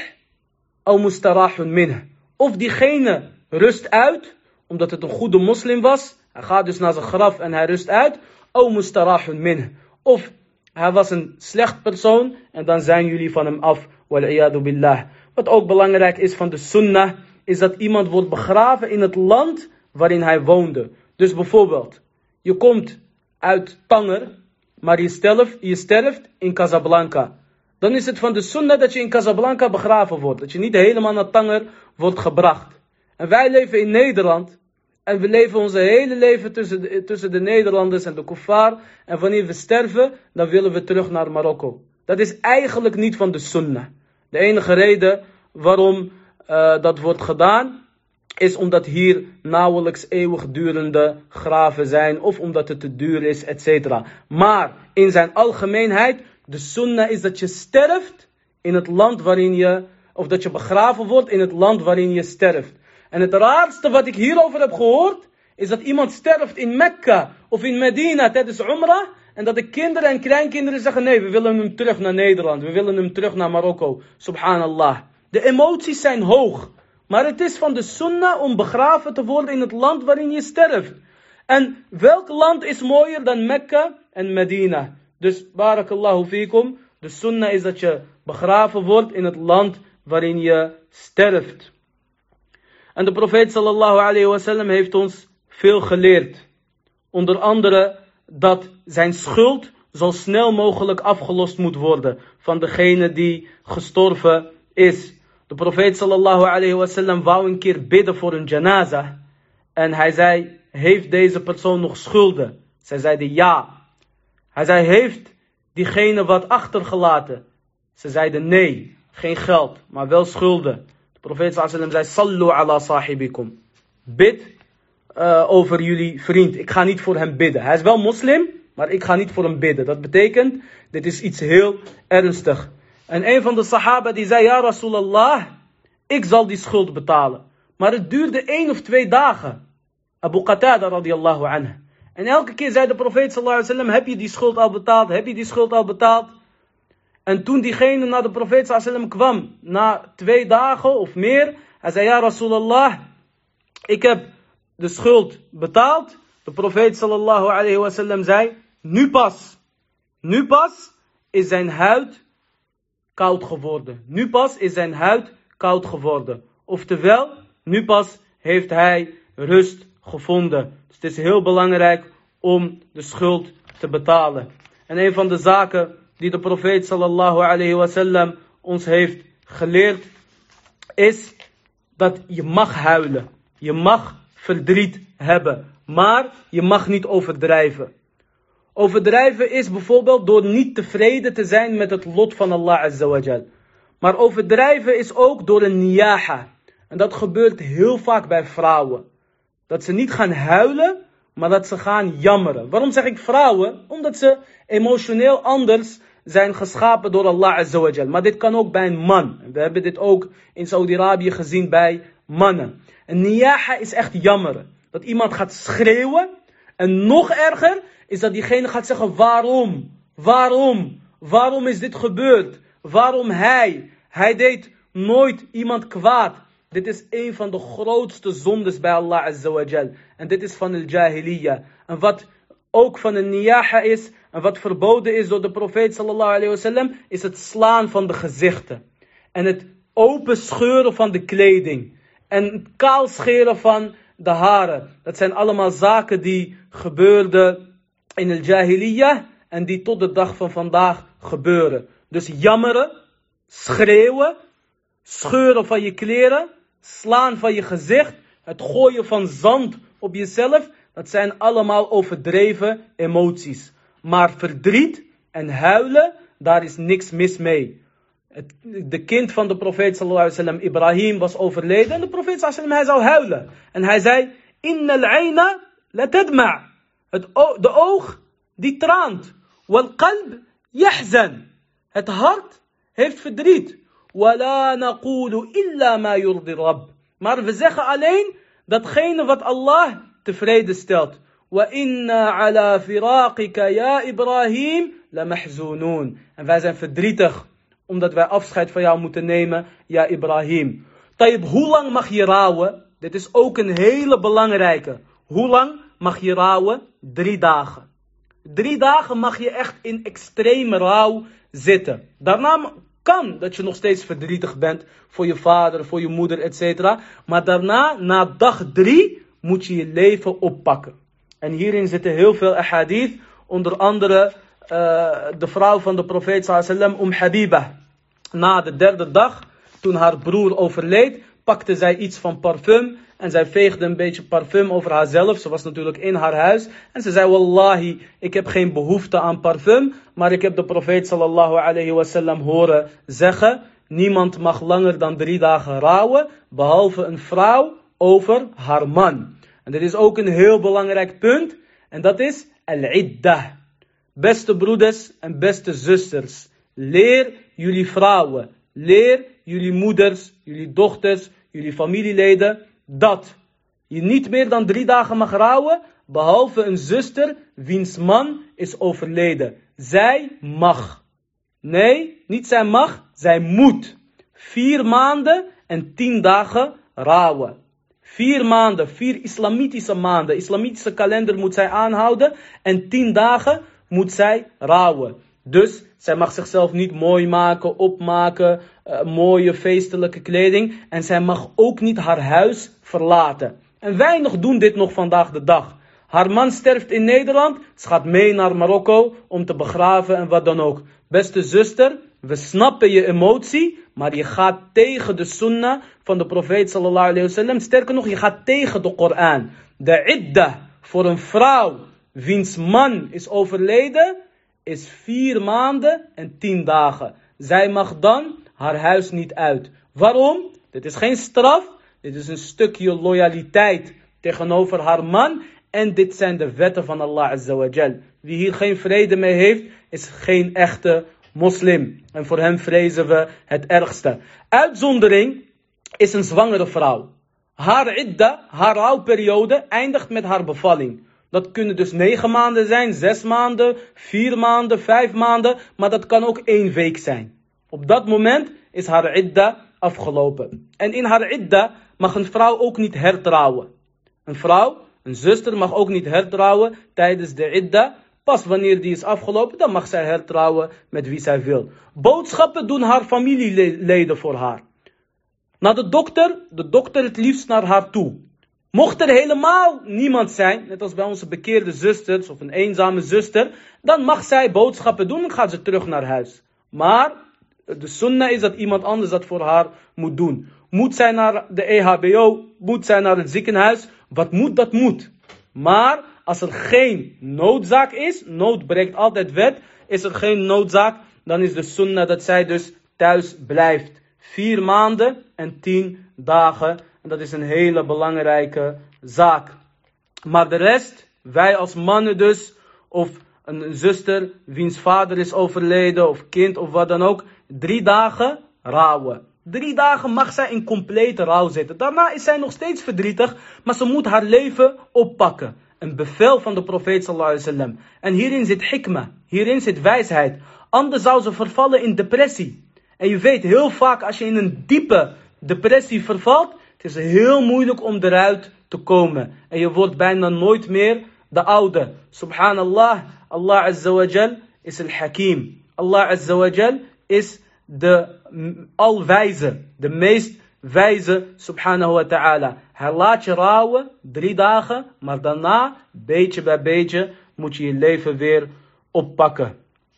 of mustarahun minh. Of diegene rust uit, omdat het een goede moslim was. Hij gaat dus naar zijn graf en hij rust uit. Of mustarahun minh. Of hij was een slecht persoon en dan zijn jullie van hem af. Wal'iyadu billah. Wat ook belangrijk is van de sunnah, is dat iemand wordt begraven in het land waarin hij woonde. Dus bijvoorbeeld, je komt uit Tanger, maar je sterft in Casablanca. Dan is het van de sunnah dat je in Casablanca begraven wordt. Dat je niet helemaal naar Tanger wordt gebracht. En wij leven in Nederland. En we leven onze hele leven tussen de Nederlanders en de kuffar. En wanneer we sterven, dan willen we terug naar Marokko. Dat is eigenlijk niet van de sunnah. De enige reden waarom dat wordt gedaan, is omdat hier nauwelijks eeuwigdurende graven zijn. Of omdat het te duur is, etc. Maar in zijn algemeenheid, de sunnah is dat je sterft in het land waarin je, of dat je begraven wordt in het land waarin je sterft. En het raarste wat ik hierover heb gehoord, is dat iemand sterft in Mekka of in Medina tijdens Umrah. En dat de kinderen en kleinkinderen zeggen, nee, we willen hem terug naar Nederland. We willen hem terug naar Marokko. Subhanallah. De emoties zijn hoog. Maar het is van de sunnah om begraven te worden in het land waarin je sterft. En welk land is mooier dan Mekka en Medina? Dus, barakallahu fikum. De sunnah is dat je begraven wordt in het land waarin je sterft. En de profeet sallallahu alayhi wa sallam heeft ons veel geleerd. Onder andere dat zijn schuld zo snel mogelijk afgelost moet worden van degene die gestorven is. De profeet sallallahu alayhi wa sallam wou een keer bidden voor een janazah. En hij zei, heeft deze persoon nog schulden? Zij zeiden ja. Hij zei, heeft diegene wat achtergelaten? Ze zeiden nee, geen geld, maar wel schulden. De profeet sallallahu alayhi wa sallam zei, sallu ala sahibikum. Bid over jullie vriend. Ik ga niet voor hem bidden. Hij is wel moslim, maar ik ga niet voor hem bidden. Dat betekent, dit is iets heel ernstig. En een van de sahaba die zei, ja Rasulallah, ik zal die schuld betalen. Maar het duurde 1 of 2 dagen. Abu Qatada radiyallahu anhu. En elke keer zei de profeet sallallahu alayhi wa sallam, heb je die schuld al betaald? Heb je die schuld al betaald? En toen diegene naar de profeet sallallahu alayhi wa sallam kwam, na 2 dagen of meer, hij zei, ja Rasulallah, ik heb de schuld betaald. De profeet sallallahu alayhi wa sallam zei, nu pas is zijn huid koud geworden. Nu pas is zijn huid koud geworden. Oftewel, nu pas heeft hij rust gevonden. Dus het is heel belangrijk om de schuld te betalen. En een van de zaken die de profeet sallallahu alayhi wasallam ons heeft geleerd, is dat je mag huilen. Je mag verdriet hebben. Maar je mag niet overdrijven. Overdrijven is bijvoorbeeld door niet tevreden te zijn met het lot van Allah Azza wa Jal. Maar overdrijven is ook door een niyaha. En dat gebeurt heel vaak bij vrouwen. Dat ze niet gaan huilen, maar dat ze gaan jammeren. Waarom zeg ik vrouwen? Omdat ze emotioneel anders zijn geschapen door Allah Azza wa Jal. Maar dit kan ook bij een man. We hebben dit ook in Saudi-Arabië gezien bij mannen. Een niyaha is echt jammeren. Dat iemand gaat schreeuwen. En nog erger is dat diegene gaat zeggen: waarom? Waarom? Waarom is dit gebeurd? Waarom hij? Hij deed nooit iemand kwaad. Dit is een van de grootste zondes bij Allah Azza wa Jal. En dit is van al-jahiliyyah. En wat ook van een niyaha is, en wat verboden is door de profeet sallallahu alayhi wasallam, is het slaan van de gezichten. En het open scheuren van de kleding. En het kaal scheren van de haren. Dat zijn allemaal zaken die gebeurden in al-jahiliyyah en die tot de dag van vandaag gebeuren. Dus jammeren, schreeuwen, scheuren van je kleren, slaan van je gezicht, het gooien van zand op jezelf, dat zijn allemaal overdreven emoties. Maar verdriet en huilen, daar is niks mis mee. De kind van de profeet sallallahu alaihi wasallam, Ibrahim, was overleden en de profeet sallallahu alaihi wasallam, hij zou huilen. En hij zei: Innal ayna la tadma'. De oog die traant. Wal qalb yahzan. Het hart heeft verdriet. Wala naqulu illa ma yurdi Rabb. Maar we zeggen alleen datgene wat Allah tevreden stelt. Wa inna ala firaqika ya Ibrahim la mahzunun. En wij zijn verdrietig omdat wij afscheid van jou moeten nemen, ja Ibrahim. Tayyib, hoe lang mag je rouwen? Dit is ook een hele belangrijke. Hoe lang mag je rouwen? 3 dagen. 3 dagen mag je echt in extreme rouw zitten. Daarna kan dat je nog steeds verdrietig bent voor je vader, voor je moeder, etc. Maar daarna, na dag 3, moet je je leven oppakken. En hierin zitten heel veel ahadith. Onder andere de vrouw van de profeet sallallahu alaihi wasallam, Habiba. Na de 3e dag, toen haar broer overleed, pakte zij iets van parfum. En zij veegde een beetje parfum over haarzelf. Ze was natuurlijk in haar huis. En ze zei: Wallahi, ik heb geen behoefte aan parfum. Maar ik heb de profeet sallallahu alayhi wasallam horen zeggen: niemand mag langer dan 3 dagen rouwen, behalve een vrouw over haar man. En dit is ook een heel belangrijk punt. En dat is al-iddah. Beste broeders en beste zusters. Leer jullie vrouwen. Leer jullie moeders, jullie dochters, jullie familieleden dat je niet meer dan 3 dagen mag rouwen, behalve een zuster wiens man is overleden. Zij mag. Nee, niet zij mag, zij moet. 4 maanden en 10 dagen rouwen. 4 maanden, 4 islamitische maanden. Islamitische kalender moet zij aanhouden en 10 dagen moet zij rouwen. Dus zij mag zichzelf niet mooi maken, opmaken, mooie feestelijke kleding. En zij mag ook niet haar huis verlaten. En weinig doen dit nog vandaag de dag. Haar man sterft in Nederland, ze gaat mee naar Marokko om te begraven en wat dan ook. Beste zuster, we snappen je emotie, maar je gaat tegen de sunnah van de profeet sallallahu alayhi wasallam. Sterker nog, je gaat tegen de Koran. De iddah voor een vrouw wiens man is overleden is 4 maanden en 10 dagen. Zij mag dan haar huis niet uit. Waarom? Dit is geen straf. Dit is een stukje loyaliteit tegenover haar man. En dit zijn de wetten van Allah Azza wa Jal. Wie hier geen vrede mee heeft, is geen echte moslim. En voor hem vrezen we het ergste. Uitzondering is een zwangere vrouw. Haar idda, haar rouwperiode, eindigt met haar bevalling. Dat kunnen dus 9 maanden zijn, 6 maanden, 4 maanden, 5 maanden. Maar dat kan ook 1 week zijn. Op dat moment is haar idda afgelopen. En in haar idda mag een vrouw ook niet hertrouwen. Een vrouw, een zuster, mag ook niet hertrouwen tijdens de idda. Pas wanneer die is afgelopen, dan mag zij hertrouwen met wie zij wil. Boodschappen doen haar familieleden voor haar. Naar de dokter het liefst naar haar toe. Mocht er helemaal niemand zijn, net als bij onze bekeerde zusters of een eenzame zuster, dan mag zij boodschappen doen en gaat ze terug naar huis. Maar de sunnah is dat iemand anders dat voor haar moet doen. Moet zij naar de EHBO, moet zij naar het ziekenhuis, wat moet, dat moet. Maar als er geen noodzaak is, nood breekt altijd wet, is er geen noodzaak, dan is de sunnah dat zij dus thuis blijft. 4 maanden en 10 dagen. En dat is een hele belangrijke zaak. Maar de rest, wij als mannen dus, of een zuster wiens vader is overleden, of kind of wat dan ook, 3 dagen rouwen. 3 dagen mag zij in complete rouw zitten. Daarna is zij nog steeds verdrietig, maar ze moet haar leven oppakken. Een bevel van de profeet sallallahu alaihi wasallam. En hierin zit hikmah, hierin zit wijsheid. Anders zou ze vervallen in depressie. En je weet heel vaak als je in een diepe depressie vervalt, het is heel moeilijk om eruit te komen. En je wordt bijna nooit meer de oude. Subhanallah, Allah Azza wa Jal is al-Hakim. Allah Azza wa Jal is de alwijze, de meest wijze, subhanahu wa ta'ala. Hij laat je rouwen 3 dagen, maar daarna, beetje bij beetje, moet je je leven weer oppakken.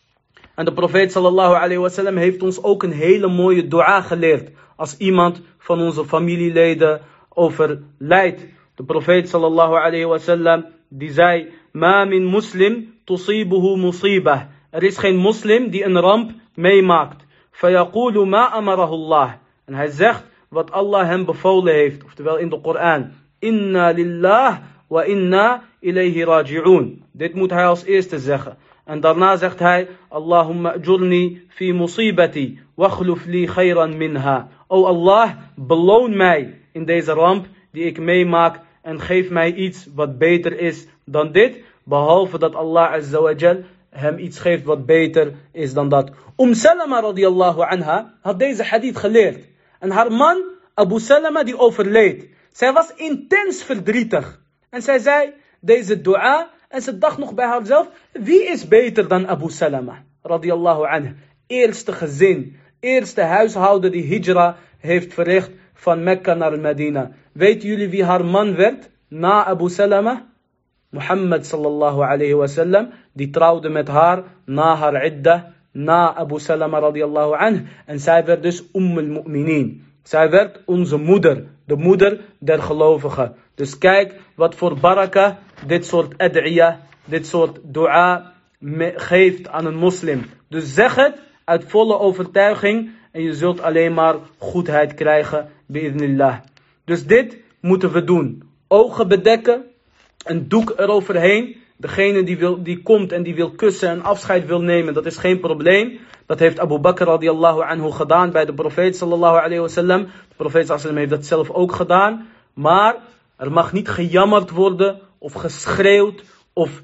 En de profeet sallallahu alayhi wa sallam heeft ons ook een hele mooie dua geleerd. Als iemand van onze familieleden overlijdt. De profeet sallallahu alayhi wa sallam die zei: Ma min muslim tusibuhu musibah. Er is geen moslim die een ramp meemaakt. Fayaqulu ma amarahu Allah. En hij zegt wat Allah hem bevolen heeft. Oftewel in de Koran. Inna lillah wa inna ilayhi raji'un. Dit moet hij als eerste zeggen. En daarna zegt hij: Allahumma ajurni fi musibati wakhluf li khayran minha. O Allah, beloon mij in deze ramp die ik meemaak en geef mij iets wat beter is dan dit, behalve dat Allah Azza wa Jal hem iets geeft wat beter is dan dat. Salama radiyallahu anha had deze hadith geleerd. En haar man Abu Salama die overleed. Zij was intens verdrietig. En zij zei deze dua en ze dacht nog bij haarzelf: wie is beter dan Abu Salama radiyallahu anha? Eerste gezin, eerste huishouden die hijra heeft verricht van Mekka naar Medina. Weten jullie wie haar man werd na Abu Salama? Mohammed sallallahu alayhi wa sallam. Die trouwde met haar na haar idda, na Abu Salama radiyallahu anhu. En zij werd dus al-Mu'minin. Zij werd onze moeder, de moeder der gelovigen. Dus kijk wat voor baraka dit soort ad'iyah, dit soort dua geeft aan een moslim. Dus zeg het uit volle overtuiging en je zult alleen maar goedheid krijgen, bi'idnillah. Dus dit moeten we doen. Ogen bedekken, een doek eroverheen. Degene die komt en die wil kussen en afscheid wil nemen, dat is geen probleem. Dat heeft Abu Bakr radiyallahu anhu gedaan bij de profeet sallallahu alayhi wa sallam. De profeet sallallahu alayhi wa sallam heeft dat zelf ook gedaan. Maar er mag niet gejammerd worden of geschreeuwd of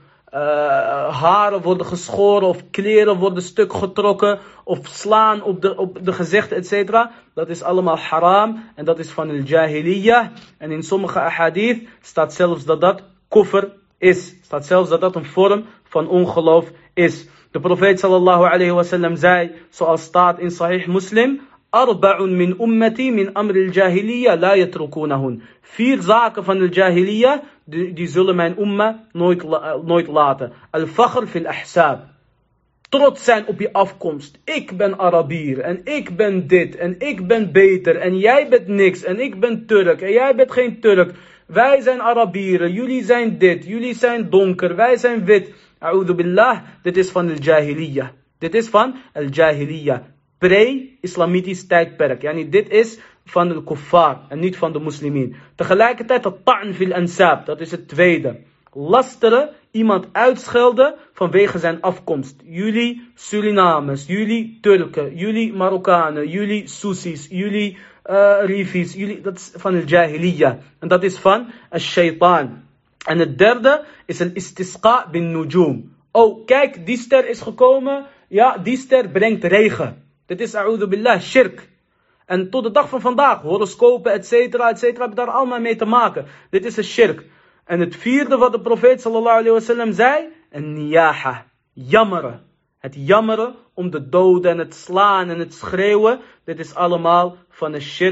haren worden geschoren of kleren worden stuk getrokken of slaan op de gezichten, etc. Dat is allemaal haram en dat is van al-jahiliyyah. En in sommige ahadith staat zelfs dat dat kufr is. Staat zelfs dat dat een vorm van ongeloof is. De profeet sallallahu alayhi wa sallam zei, zoals staat in Sahih Muslim: Arba'un min ummati min amri al-jahiliyyah la yatrukunahun. 4 zaken van de jahiliyyah, die zullen mijn umma nooit laten. Al-fakhr fil ahsab. Trots zijn op je afkomst. Ik ben Arabier en ik ben dit en ik ben beter en jij bent niks en ik ben Turk en jij bent geen Turk. Wij zijn Arabieren, jullie zijn dit, jullie zijn donker, wij zijn wit. A'udhu billah, dit is van al-jahiliyyah. Dit is van al-jahiliyyah. Pre-islamitisch tijdperk. Yani dit is van de kuffar en niet van de moslimin. Tegelijkertijd het ta'n fil ansab, dat is het tweede. Lasteren, iemand uitschelden vanwege zijn afkomst. Jullie Surinamers, jullie Turken, jullie Marokkanen, jullie Soesis, jullie Rifis, dat is van de jahiliyyah. En dat is van al-shaytaan. En het derde is al-istisqa bin nujum. Oh, kijk, die ster is gekomen. Ja, die ster brengt regen. Dit is a'udhu billah, shirk. En tot de dag van vandaag, horoscopen, et cetera, hebben daar allemaal mee te maken. Dit is een shirk. En het vierde wat de profeet sallallahu alayhi wa sallam zei, een niyaha, jammeren. Het jammeren om de doden en het slaan en het schreeuwen, dit is allemaal van een shirk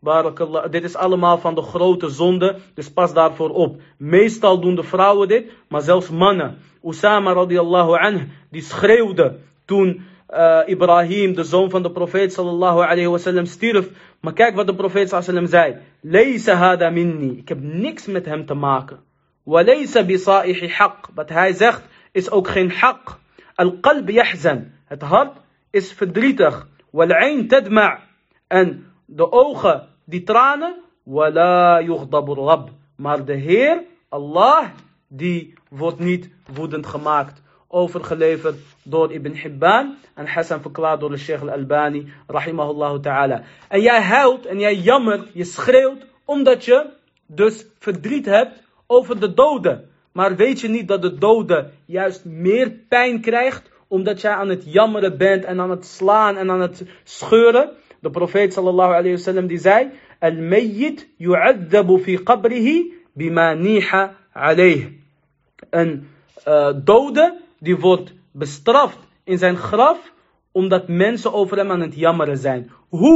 Barakallah. Dit is allemaal van de grote zonde, dus pas daarvoor op. Meestal doen de vrouwen dit, maar zelfs mannen. Usama radiallahu anh, die schreeuwde toen Ibrahim, de zoon van de profeet sallallahu alayhi wasallam, stierf. Maar kijk wat de profeet sallallahu alayhi wasallam zei. Laysa hada minni. Ik heb niks met hem te maken. Wa laysa bisaihi haq. Wat hij zegt is ook geen haq. Al-qalb yahzan. Het hart is verdrietig. Wal-ayn tadma'. En de ogen die tranen. Wala yughdabu rabb. Maar de Heer, Allah, die wordt niet woedend gemaakt. Overgeleverd door Ibn Hibban en Hassan verklaard door de Sheikh al-Albani, rahimahullah ta'ala. En jij huilt en jij jammert, je schreeuwt, omdat je dus verdriet hebt over de doden. Maar weet je niet dat de dode juist meer pijn krijgt, omdat jij aan het jammeren bent en aan het slaan en aan het scheuren? De profeet sallallahu alayhi wasallam die zei, al-mayyit yu'adzabu fi qabrihi bima niha alayh. Een dode die wordt bestraft in zijn graf, omdat mensen over hem aan het jammeren zijn.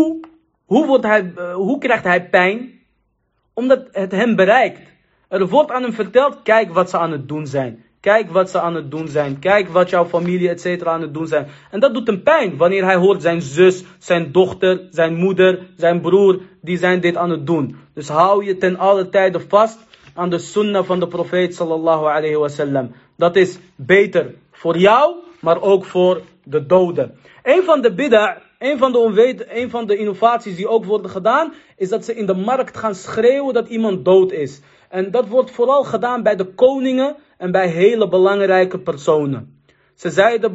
Hoe krijgt hij pijn? Omdat het hem bereikt. Er wordt aan hem verteld, kijk wat ze aan het doen zijn. Kijk wat ze aan het doen zijn. Kijk wat jouw familie etc. aan het doen zijn. En dat doet hem pijn wanneer hij hoort zijn zus, zijn dochter, zijn moeder, zijn broer, die zijn dit aan het doen. Dus hou je ten alle tijde vast aan de sunnah van de profeet sallallahu alayhi wasallam. Dat is beter voor jou, maar ook voor de doden. Een van de bid'a, een van de innovaties die ook worden gedaan, is dat ze in de markt gaan schreeuwen dat iemand dood is. En dat wordt vooral gedaan bij de koningen en bij hele belangrijke personen. Ze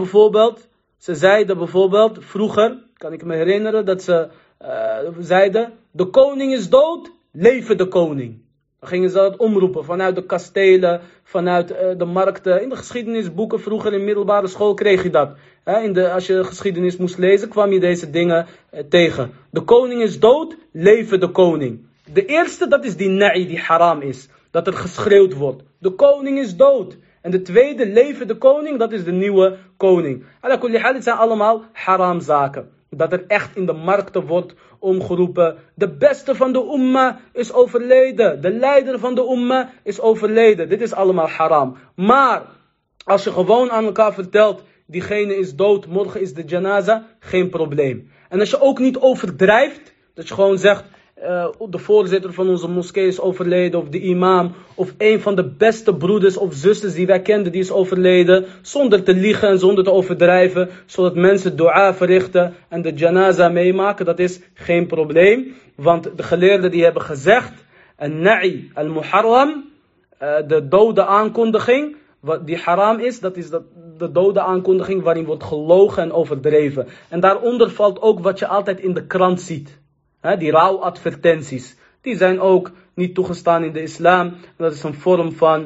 zeiden bijvoorbeeld, vroeger, kan ik me herinneren, dat ze zeiden, de koning is dood, leven de koning. Dan gingen ze dat omroepen vanuit de kastelen, vanuit de markten. In de geschiedenisboeken vroeger in middelbare school kreeg je dat. Als je geschiedenis moest lezen kwam je deze dingen tegen. De koning is dood, leven de koning. De eerste, dat is die na'i, die haram is. Dat er geschreeuwd wordt. De koning is dood. En de tweede, leven de koning, dat is de nieuwe koning. Ala kulli hal, het zijn allemaal haram zaken. Dat er echt in de markten wordt omgeroepen. De beste van de umma is overleden. De leider van de umma is overleden. Dit is allemaal haram. Maar als je gewoon aan elkaar vertelt, diegene is dood, morgen is de janaza, geen probleem. En als je ook niet overdrijft, dat je gewoon zegt, de voorzitter van onze moskee is overleden, of de imam, of een van de beste broeders of zusters die wij kenden, die is overleden, zonder te liegen en zonder te overdrijven, zodat mensen dua verrichten en de janaza meemaken, dat is geen probleem. Want de geleerden die hebben gezegd, al-na'i al-muharram, de dode aankondiging, wat die haram is, dat is de dode aankondiging waarin wordt gelogen en overdreven. En daaronder valt ook wat je altijd in de krant ziet. Die rouwadvertenties, die zijn ook niet toegestaan in de islam. Dat is een vorm van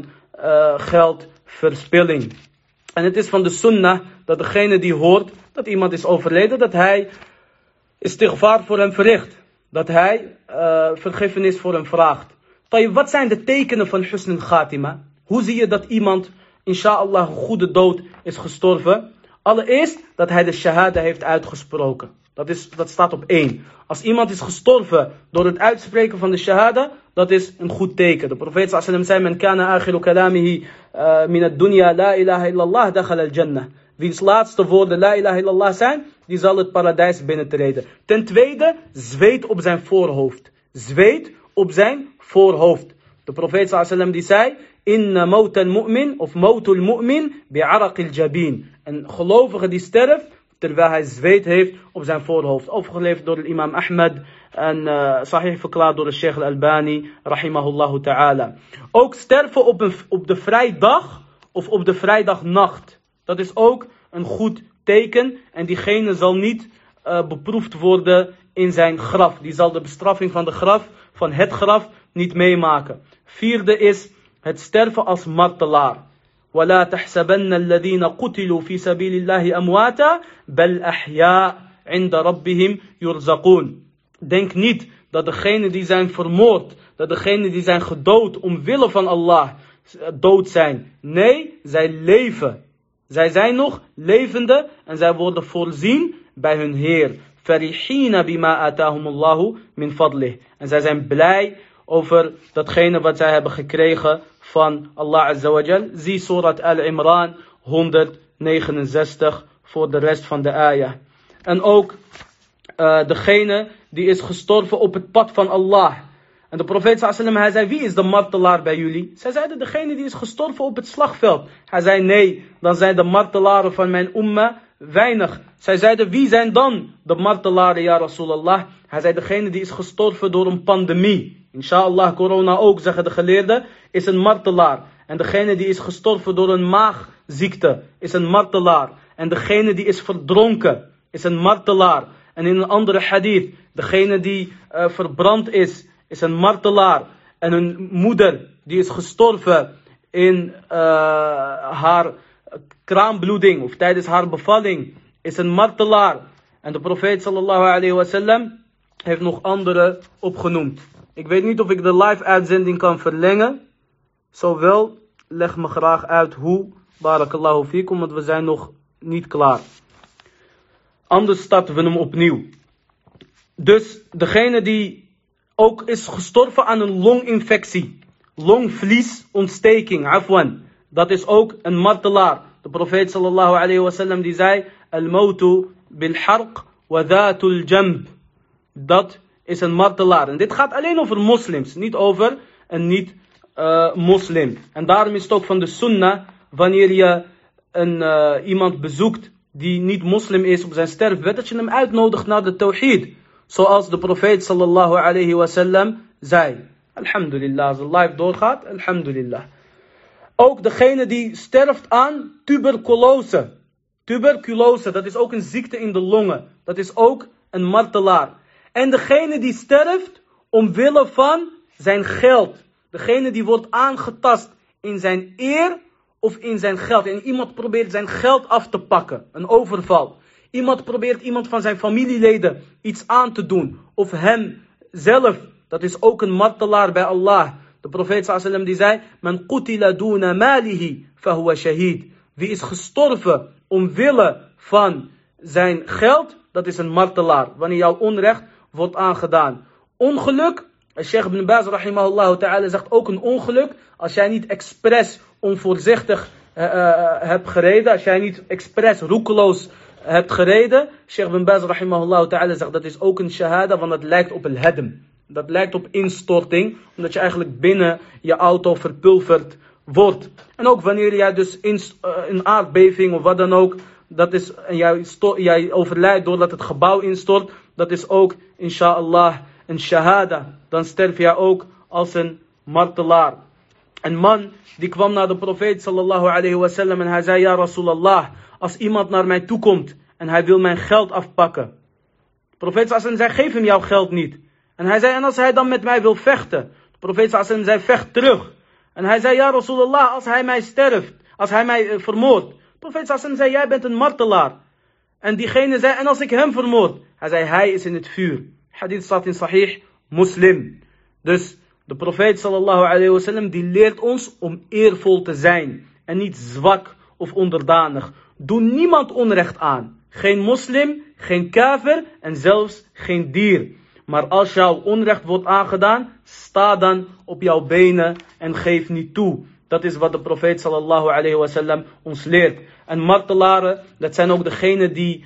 geldverspilling. En het is van de sunnah dat degene die hoort dat iemand is overleden, dat hij istighfar voor hem verricht. Dat hij vergiffenis voor hem vraagt. Wat zijn de tekenen van husn al-khatima? Hoe zie je dat iemand, inshallah, een goede dood is gestorven? Allereerst dat hij de shahada heeft uitgesproken. Dat staat op 1. Als iemand is gestorven door het uitspreken van de shahada, dat is een goed teken. De profeet sallallahu alaihi wasallam zei, men kana akhiru kalamihi min ad-dunya la ilaha illallah dakhala al-jannah. Wiens laatste woorden la ilaha illallah zijn, die zal het paradijs binnentreden. Ten tweede, zweet op zijn voorhoofd. Zweet op zijn voorhoofd. De profeet sallallahu alaihi wasallam die zei, inna mawt al-mu'min of mawt al-mu'min bi'araq al-jabin. Een gelovige die sterft terwijl hij zweet heeft op zijn voorhoofd. Overgeleverd door de imam Ahmad en sahih verklaard door de Sheikh al-Albani, rahimahullah ta'ala. Ook sterven op de vrijdag of op de vrijdagnacht. Dat is ook een goed teken. En diegene zal niet beproefd worden in zijn graf. Die zal de bestraffing van het graf niet meemaken. Vierde is het sterven als martelaar. وَلَا تَحْسَبَنَّ الَّذِينَ قُتِلُوا فِي سَبِيلِ اللَّهِ أَمْوَاتًا بَلْ أَحْيَاءٌ عِنْدَ رَبِّهِمْ يُرْزَقُونَ. Denk niet dat degenen die zijn vermoord, dat degenen die zijn gedood omwille van Allah dood zijn. Nee, zij leven. Zij zijn nog levende en zij worden voorzien bij hun Heer. فرحين بما آتاهم الله من فضله. En zij zijn blij over datgene wat zij hebben gekregen van Allah Azza wa Jal. Zie Surat Al-Imran 169 voor de rest van de ayah. En ook degene die is gestorven op het pad van Allah. En de profeet sallam, hij zei, wie is de martelaar bij jullie? Zij zeiden, degene die is gestorven op het slagveld. Hij zei, nee, dan zijn de martelaren van mijn umma weinig. Zij zeiden, wie zijn dan de martelaren, ja Rasulallah? Hij zei, degene die is gestorven door een pandemie. Inshallah, corona ook, zeggen de geleerden, is een martelaar. En degene die is gestorven door een maagziekte, is een martelaar. En degene die is verdronken, is een martelaar. En in een andere hadith, degene die verbrand is een martelaar. En een moeder die is gestorven in haar kraambloeding of tijdens haar bevalling, is een martelaar. En de profeet sallallahu alayhi wa sallam heeft nog andere opgenoemd. Ik weet niet of ik de live uitzending kan verlengen. Zo wel, leg me graag uit hoe. Barakallahu fikum, want we zijn nog niet klaar. Anders starten we hem opnieuw. Dus degene die ook is gestorven aan een longinfectie, longvliesontsteking, afwan, dat is ook een martelaar. De profeet sallallahu alayhi wa sallam die zei, al-mautu bil-harq wa dhatul jamb. Dat is een martelaar. En dit gaat alleen over moslims, niet over een niet-moslim. En daarom is het ook van de sunnah, wanneer je iemand bezoekt die niet moslim is op zijn sterfbed, dat je hem uitnodigt naar de tawhid. Zoals de profeet sallallahu alayhi wa sallam zei. Alhamdulillah, als de live doorgaat, alhamdulillah. Ook degene die sterft aan tuberculose. Tuberculose, dat is ook een ziekte in de longen. Dat is ook een martelaar. En degene die sterft omwille van zijn geld. Degene die wordt aangetast in zijn eer of in zijn geld. En iemand probeert zijn geld af te pakken. Een overval. Iemand probeert iemand van zijn familieleden iets aan te doen. Of hem zelf. Dat is ook een martelaar bij Allah. De profeet sallam die zei, Man qutila duna malihi fahuwa shahid. Wie is gestorven omwille van zijn geld, dat is een martelaar. Wanneer jouw onrecht wordt aangedaan. Ongeluk, Sheikh ibn Baz rahimahullah ta'ala zegt ook een ongeluk. Als jij niet expres onvoorzichtig hebt gereden. Als jij niet expres roekeloos hebt gereden. Sheikh ibn Baz rahimahullah ta'ala zegt dat is ook een shahada, want dat lijkt op al-hadm. Dat lijkt op instorting, omdat je eigenlijk binnen je auto verpulverd wordt. En ook wanneer jij dus een aardbeving of wat dan ook, dat is, en jij overlijdt doordat het gebouw instort, dat is ook, inshallah, een shahada. Dan sterf jij ook als een martelaar. Een man die kwam naar de profeet sallallahu alayhi wa sallam en hij zei, ja Rasulallah, als iemand naar mij toe komt en hij wil mijn geld afpakken. De profeet sallallahu alayhi wa sallam zei, geef hem jouw geld niet. En hij zei, en als hij dan met mij wil vechten? De profeet sallallahu alayhi wa sallam zei, vecht terug. En hij zei, ja Rasulallah, als hij mij sterft, als hij mij vermoordt. De profeet sallallahu alayhi wa sallam zei, jij bent een martelaar. En diegene zei, en als ik hem vermoord? Hij zei, hij is in het vuur. Hadith staat in Sahih Muslim. Dus de profeet sallallahu alayhi wa sallam die leert ons om eervol te zijn. En niet zwak of onderdanig. Doe niemand onrecht aan. Geen moslim, geen kafir en zelfs geen dier. Maar als jouw onrecht wordt aangedaan, sta dan op jouw benen en geef niet toe. Dat is wat de profeet sallallahu alayhi wa sallam ons leert. En martelaren, dat zijn ook degenen die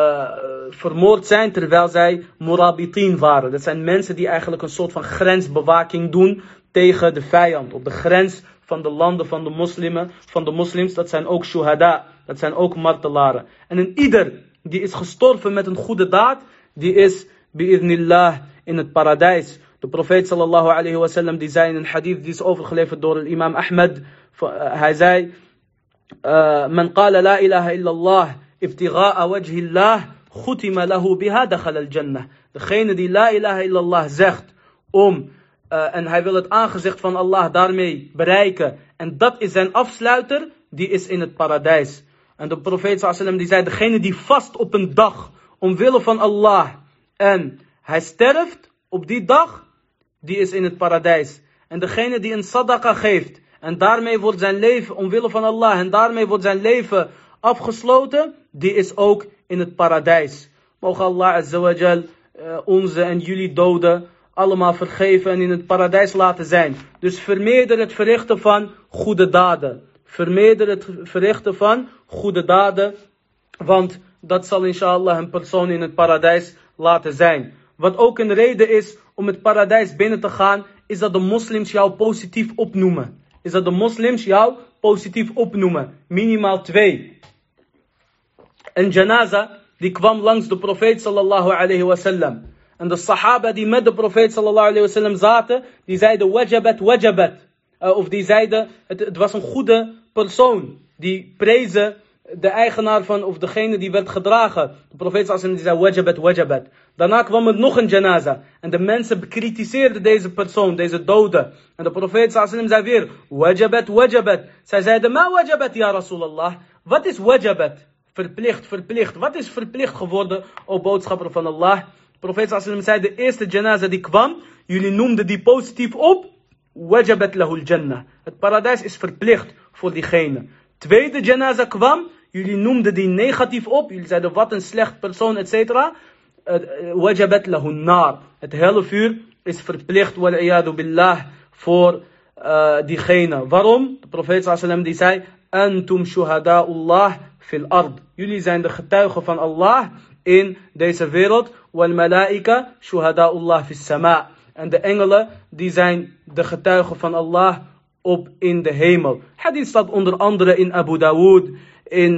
vermoord zijn terwijl zij murabitin waren. Dat zijn mensen die eigenlijk een soort van grensbewaking doen tegen de vijand. Op de grens van de landen van de moslims, dat zijn ook shuhada. Dat zijn ook martelaren. En een ieder die is gestorven met een goede daad, die is bi'idnillah in het paradijs. De profeet sallallahu alayhi wa sallam die zei in een hadith die is overgeleverd door imam Ahmed. Hij zei, Man qala la ilaha illallah ibtigha'a wajhillah khutima lahu biha dakhala al-jannah. Degene die la ilaha illallah zegt en hij wil het aangezicht van Allah daarmee bereiken. En dat is zijn afsluiter, die is in het paradijs. En de profeet sallallahu alayhi wa sallam die zei, degene die vast op een dag omwille van Allah en hij sterft op die dag, die is in het paradijs. En degene die een sadaqa geeft en daarmee wordt zijn leven omwille van Allah en daarmee wordt zijn leven afgesloten, die is ook in het paradijs. Mogen Allah Azza wa Jal onze en jullie doden allemaal vergeven en in het paradijs laten zijn. Dus vermeerder het verrichten van goede daden. Vermeerder het verrichten van goede daden. Want dat zal inshallah een persoon in het paradijs laten zijn. Wat ook een reden is om het paradijs binnen te gaan, is dat de moslims jou positief opnoemen. Minimaal 2. Een janaza die kwam langs de profeet sallallahu alayhi wasallam. En de sahaba die met de profeet sallallahu alayhi wasallam zaten, die zeiden wajabat. Of die zeiden, het was een goede persoon. Die prezen de eigenaar van, of degene die werd gedragen. De profeet sallallahu alayhi wasallam die zei wajabat. Daarna kwam er nog een janaza. En de mensen bekritiseerden deze persoon, deze dode. En de profeet sallallahu alayhi wasallam zei weer wajabat. Zij zeiden, ma wajabat ya Rasulallah. Wat is wajabat? Verplicht. Wat is verplicht geworden, o boodschapper van Allah? De profeet sallallahu alayhi wasallam zei, de eerste janaza die kwam, jullie noemden die positief op, wajabat lahul jannah. Het paradijs is verplicht voor diegene. Tweede janaza kwam, jullie noemden die negatief op, jullie zeiden wat een slecht persoon, etc. Wajabat lahun nar. Het hellevuur is verplicht, wal-iyadu billah, voor diegene. Waarom? De profeet sallallahu alayhi wasallam die zei, antum shuhada'ullah fil ard. Jullie zijn de getuigen van Allah in deze wereld. Wal malaika shuhada'ullah fis sama. En de engelen die zijn de getuigen van Allah op in de hemel. Hadith staat onder andere in Abu Dawood, in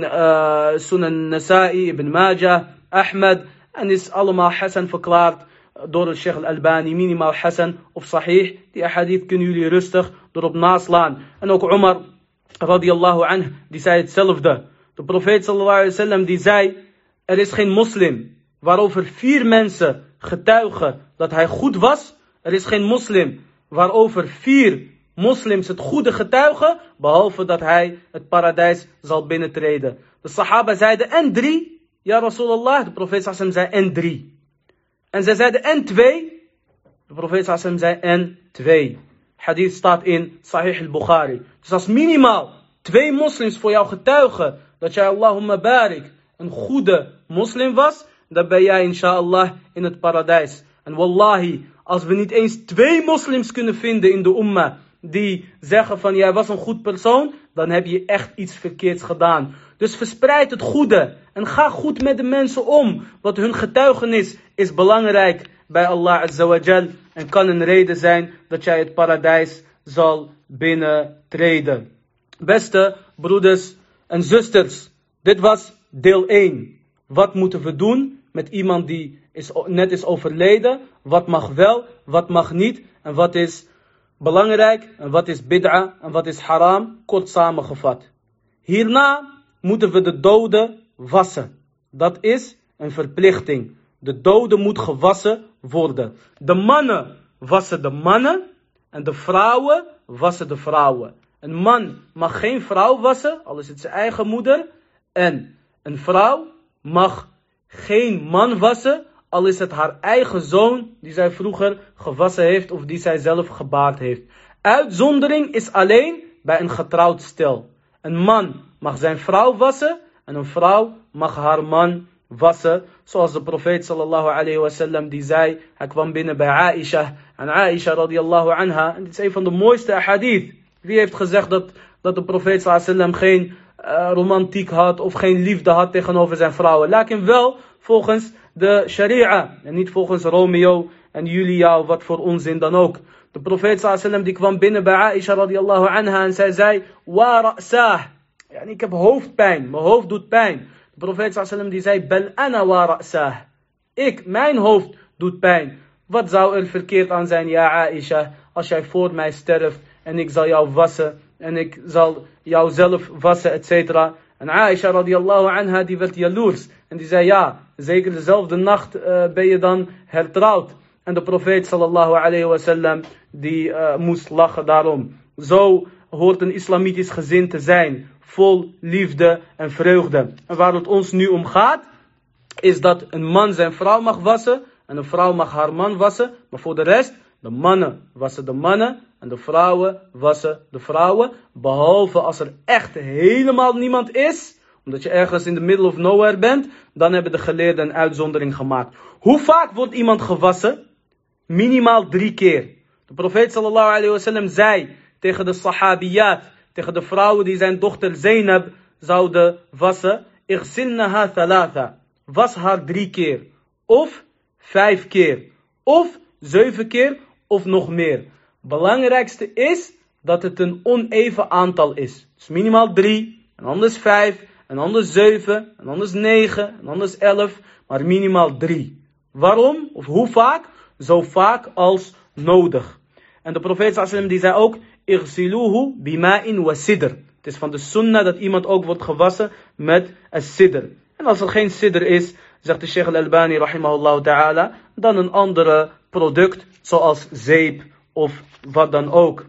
Sunan Nasa'i, Ibn Majah, Ahmed. En is allemaal Hassan verklaard door de Sheikh al-Albani, minimaal Hassan of Sahih. Die hadith kunnen jullie rustig erop naslaan. En ook Umar radiyallahu anhu, die zei hetzelfde. De profeet sallallahu alayhi wasallam die zei, er is geen moslim waarover 4 mensen getuigen dat hij goed was. Er is geen moslim waarover 4 moslims het goede getuigen, behalve dat hij het paradijs zal binnentreden. De sahaba zeiden, en 3? Ja Rasulallah, de profeet sallallahu alayhi wasallam zei, en 3. En zij zeiden, en 2? De profeet sallallahu alayhi wasallam zei, en 2. Hadith staat in Sahih al-Bukhari. Dus als minimaal 2 moslims voor jou getuigen dat jij Allahumma barik een goede moslim was, dan ben jij inshallah in het paradijs. En wallahi, als we niet eens 2 moslims kunnen vinden in de ummah die zeggen van jij was een goed persoon, dan heb je echt iets verkeerds gedaan. Dus verspreid het goede en ga goed met de mensen om, want hun getuigenis is belangrijk bij Allah Azza wa Jal en kan een reden zijn dat jij het paradijs zal binnentreden. Beste broeders en zusters, dit was deel 1. Wat moeten we doen met iemand die net is overleden? Wat mag wel, wat mag niet? En wat is belangrijk? En wat is bid'a? En wat is haram? Kort samengevat. Hierna moeten we de doden wassen. Dat is een verplichting. De dode moet gewassen worden. De mannen wassen de mannen. En de vrouwen wassen de vrouwen. Een man mag geen vrouw wassen, al is het zijn eigen moeder. En een vrouw mag geen man wassen, al is het haar eigen zoon die zij vroeger gewassen heeft of die zij zelf gebaard heeft. Uitzondering is alleen bij een getrouwd stel. Een man mag zijn vrouw wassen en een vrouw mag haar man wassen. Zoals de profeet sallallahu alayhi wasallam die zei, hij kwam binnen bij Aisha. En Aisha radiyallahu anha, en dit is een van de mooiste hadith. Wie heeft gezegd dat de profeet sallallahu alayhi wasallam geen romantiek had of geen liefde had tegenover zijn vrouwen? Lakin wel volgens de sharia en niet volgens Romeo en Julia of wat voor onzin dan ook. De profeet sallallahu alayhi wasallam die kwam binnen bij Aisha radiyallahu anha en zij zei, wa ra'sah. Ja, ik heb hoofdpijn, mijn hoofd doet pijn. De profeet sallallahu alayhi wasallam die zei, bel ana wa ra'sah. Mijn hoofd doet pijn. Wat zou er verkeerd aan zijn, ja Aisha, als jij voor mij sterft en ik zal jou wassen en ik zal jou zelf wassen, etc. En Aisha radiyallahu anha die werd jaloers. En die zei, ja, zeker dezelfde nacht ben je dan hertrouwd. En de profeet sallallahu alayhi wasallam die moest lachen daarom. Zo hoort een islamitisch gezin te zijn. Vol liefde en vreugde. En waar het ons nu om gaat, is dat een man zijn vrouw mag wassen. En een vrouw mag haar man wassen. Maar voor de rest, de mannen wassen de mannen. En de vrouwen wassen de vrouwen. Behalve als er echt helemaal niemand is Omdat je ergens in the middle of nowhere bent, dan hebben de geleerden een uitzondering gemaakt. Hoe vaak wordt iemand gewassen? Minimaal 3 keer. De profeet sallallahu alayhi wa sallam zei tegen de sahabiyat, tegen de vrouwen die zijn dochter Zainab zouden wassen, Igsilnaha thalatha. Was haar 3 keer. Of 5 keer. Of 7 keer. Of nog meer. Belangrijkste is dat het een oneven aantal is. Dus minimaal 3, en anders 5, en anders 7, en anders 9, en anders 11. Maar minimaal 3. Waarom? Of hoe vaak? Zo vaak als nodig. En de profeet sallallahu alaihi wasallam die zei ook, Igsiluhu bima'in wa sidr. Het is van de sunnah dat iemand ook wordt gewassen met een sidr. En als er geen sidr is, zegt de Sheikh al-Albani rahimahullah ta'ala, dan een andere product, zoals zeep of wat dan ook.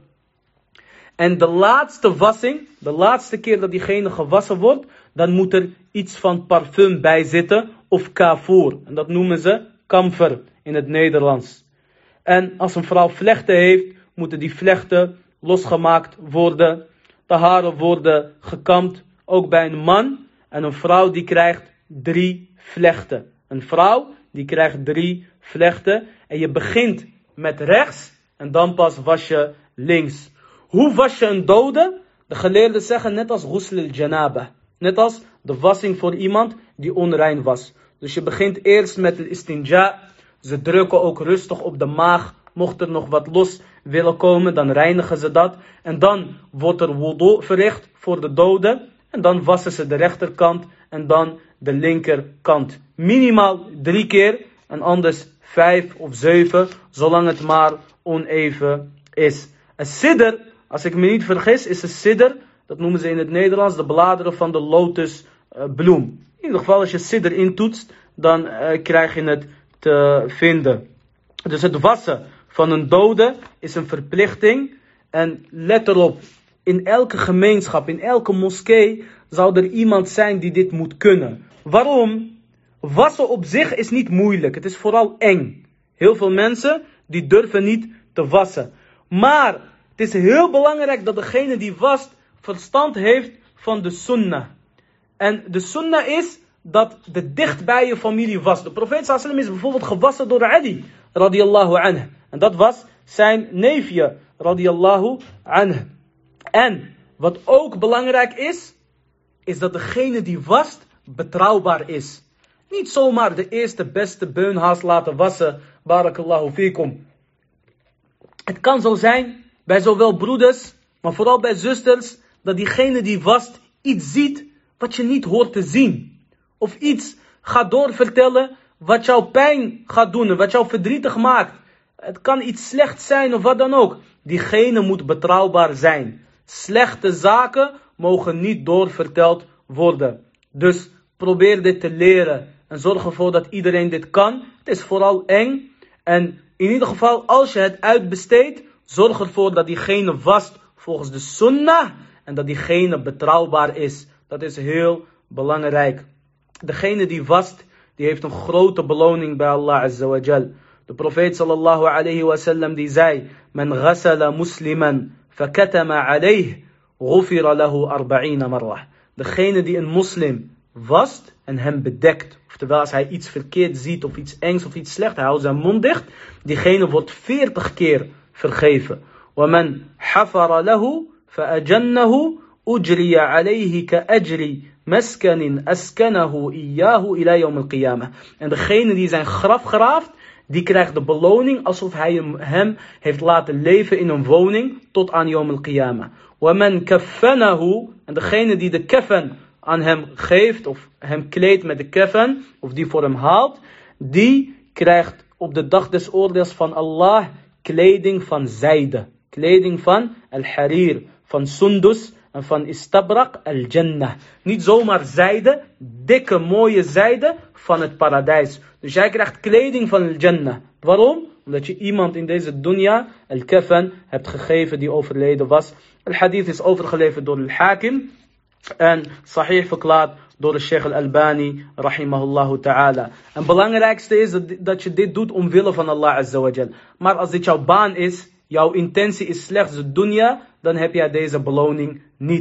En de laatste wassing, de laatste keer dat diegene gewassen wordt, dan moet er iets van parfum bij zitten, of kafoor. En dat noemen ze kamfer in het Nederlands. En als een vrouw vlechten heeft, moeten die vlechten losgemaakt worden. De haren worden gekamd, ook bij een man. En een vrouw die krijgt 3 vlechten. Een vrouw die krijgt 3 vlechten. En je begint met rechts en dan pas was je links. Hoe was je een dode? De geleerden zeggen net als ghusl al-janaba. Net als de wassing voor iemand die onrein was. Dus je begint eerst met de istinja. Ze drukken ook rustig op de maag. Mocht er nog wat los willen komen, dan reinigen ze dat. En dan wordt er wudu verricht voor de dode. En dan wassen ze de rechterkant en dan de linkerkant. Minimaal 3 keer en anders 5 of 7, zolang het maar oneven is. Een sidr, als ik me niet vergis, is een sidr, dat noemen ze in het Nederlands, de bladeren van de lotusbloem. In ieder geval, als je sidr intoetst, dan krijg je het te vinden. Dus het wassen van een dode is een verplichting. En let erop, in elke gemeenschap, in elke moskee, zou er iemand zijn die dit moet kunnen. Waarom? Wassen op zich is niet moeilijk. Het is vooral eng. Heel veel mensen die durven niet te wassen. Maar het is heel belangrijk dat degene die wast verstand heeft van de sunnah. En de sunnah is dat de dicht bij je familie wast. De profeet sallallahu alaihi wasallam is bijvoorbeeld gewassen door Ali radiyallahu anhu. En dat was zijn neefje radiyallahu anhu. En wat ook belangrijk is dat degene die wast betrouwbaar is. Niet zomaar de eerste beste beunhaas laten wassen. Barakallahu fikum. Het kan zo zijn bij zowel broeders, maar vooral bij zusters, dat diegene die wast iets ziet wat je niet hoort te zien. Of iets gaat doorvertellen wat jou pijn gaat doen en wat jou verdrietig maakt. Het kan iets slechts zijn of wat dan ook. Diegene moet betrouwbaar zijn. Slechte zaken mogen niet doorverteld worden. Dus probeer dit te leren. En zorg ervoor dat iedereen dit kan. Het is vooral eng. En in ieder geval, als je het uitbesteedt, zorg ervoor dat diegene wast volgens de sunnah. En dat diegene betrouwbaar is. Dat is heel belangrijk. Degene die vast, die heeft een grote beloning bij Allah Azza wa Jal. De profeet sallallahu alayhi wa sallam die zei: Men ghassala musliman fakatama alayh, ghufira lahu 40 marrah. Degene die een moslim wast en hem bedekt. Oftewel als hij iets verkeerd ziet of iets engs of iets slecht, hij houdt zijn mond dicht. Diegene wordt 40 keer vergeven. وَمَنْ حَفَرَ لَهُ فَأَجَنَّهُ أُجْرِيَ عَلَيْهِ كَأَجْرِ مَسْكَنٍ أَسْكَنَهُ إِيَّاهُ إِلَى يَوْمِ الْقِيَامَةِ. En degene die zijn graf graaft, die krijgt de beloning alsof hij hem heeft laten leven in een woning tot aan Yawm al-Qiyamah. وَمَنْ كَفَّنَهُ. En degene die de keffen aan hem geeft of hem kleedt met de keffen of die voor hem haalt, die krijgt op de dag des oordeels van Allah kleding van zijde. Kleding van al-harir, van sundus en van istabrak al-jannah. Niet zomaar zijde, dikke mooie zijde van het paradijs. Dus jij krijgt kleding van al-jannah. Waarom? Omdat je iemand in deze dunya, al-kafan, hebt gegeven die overleden was. Al-hadith is overgeleverd door al-Hakim en sahih verklaard door de Sheikh al-Albani rahimahullahu ta'ala. En het belangrijkste is dat je dit doet omwille van Allah Azza wa Jal. Maar als dit jouw baan is, jouw intentie is slechts de dunya, dan heb jij deze beloning niet.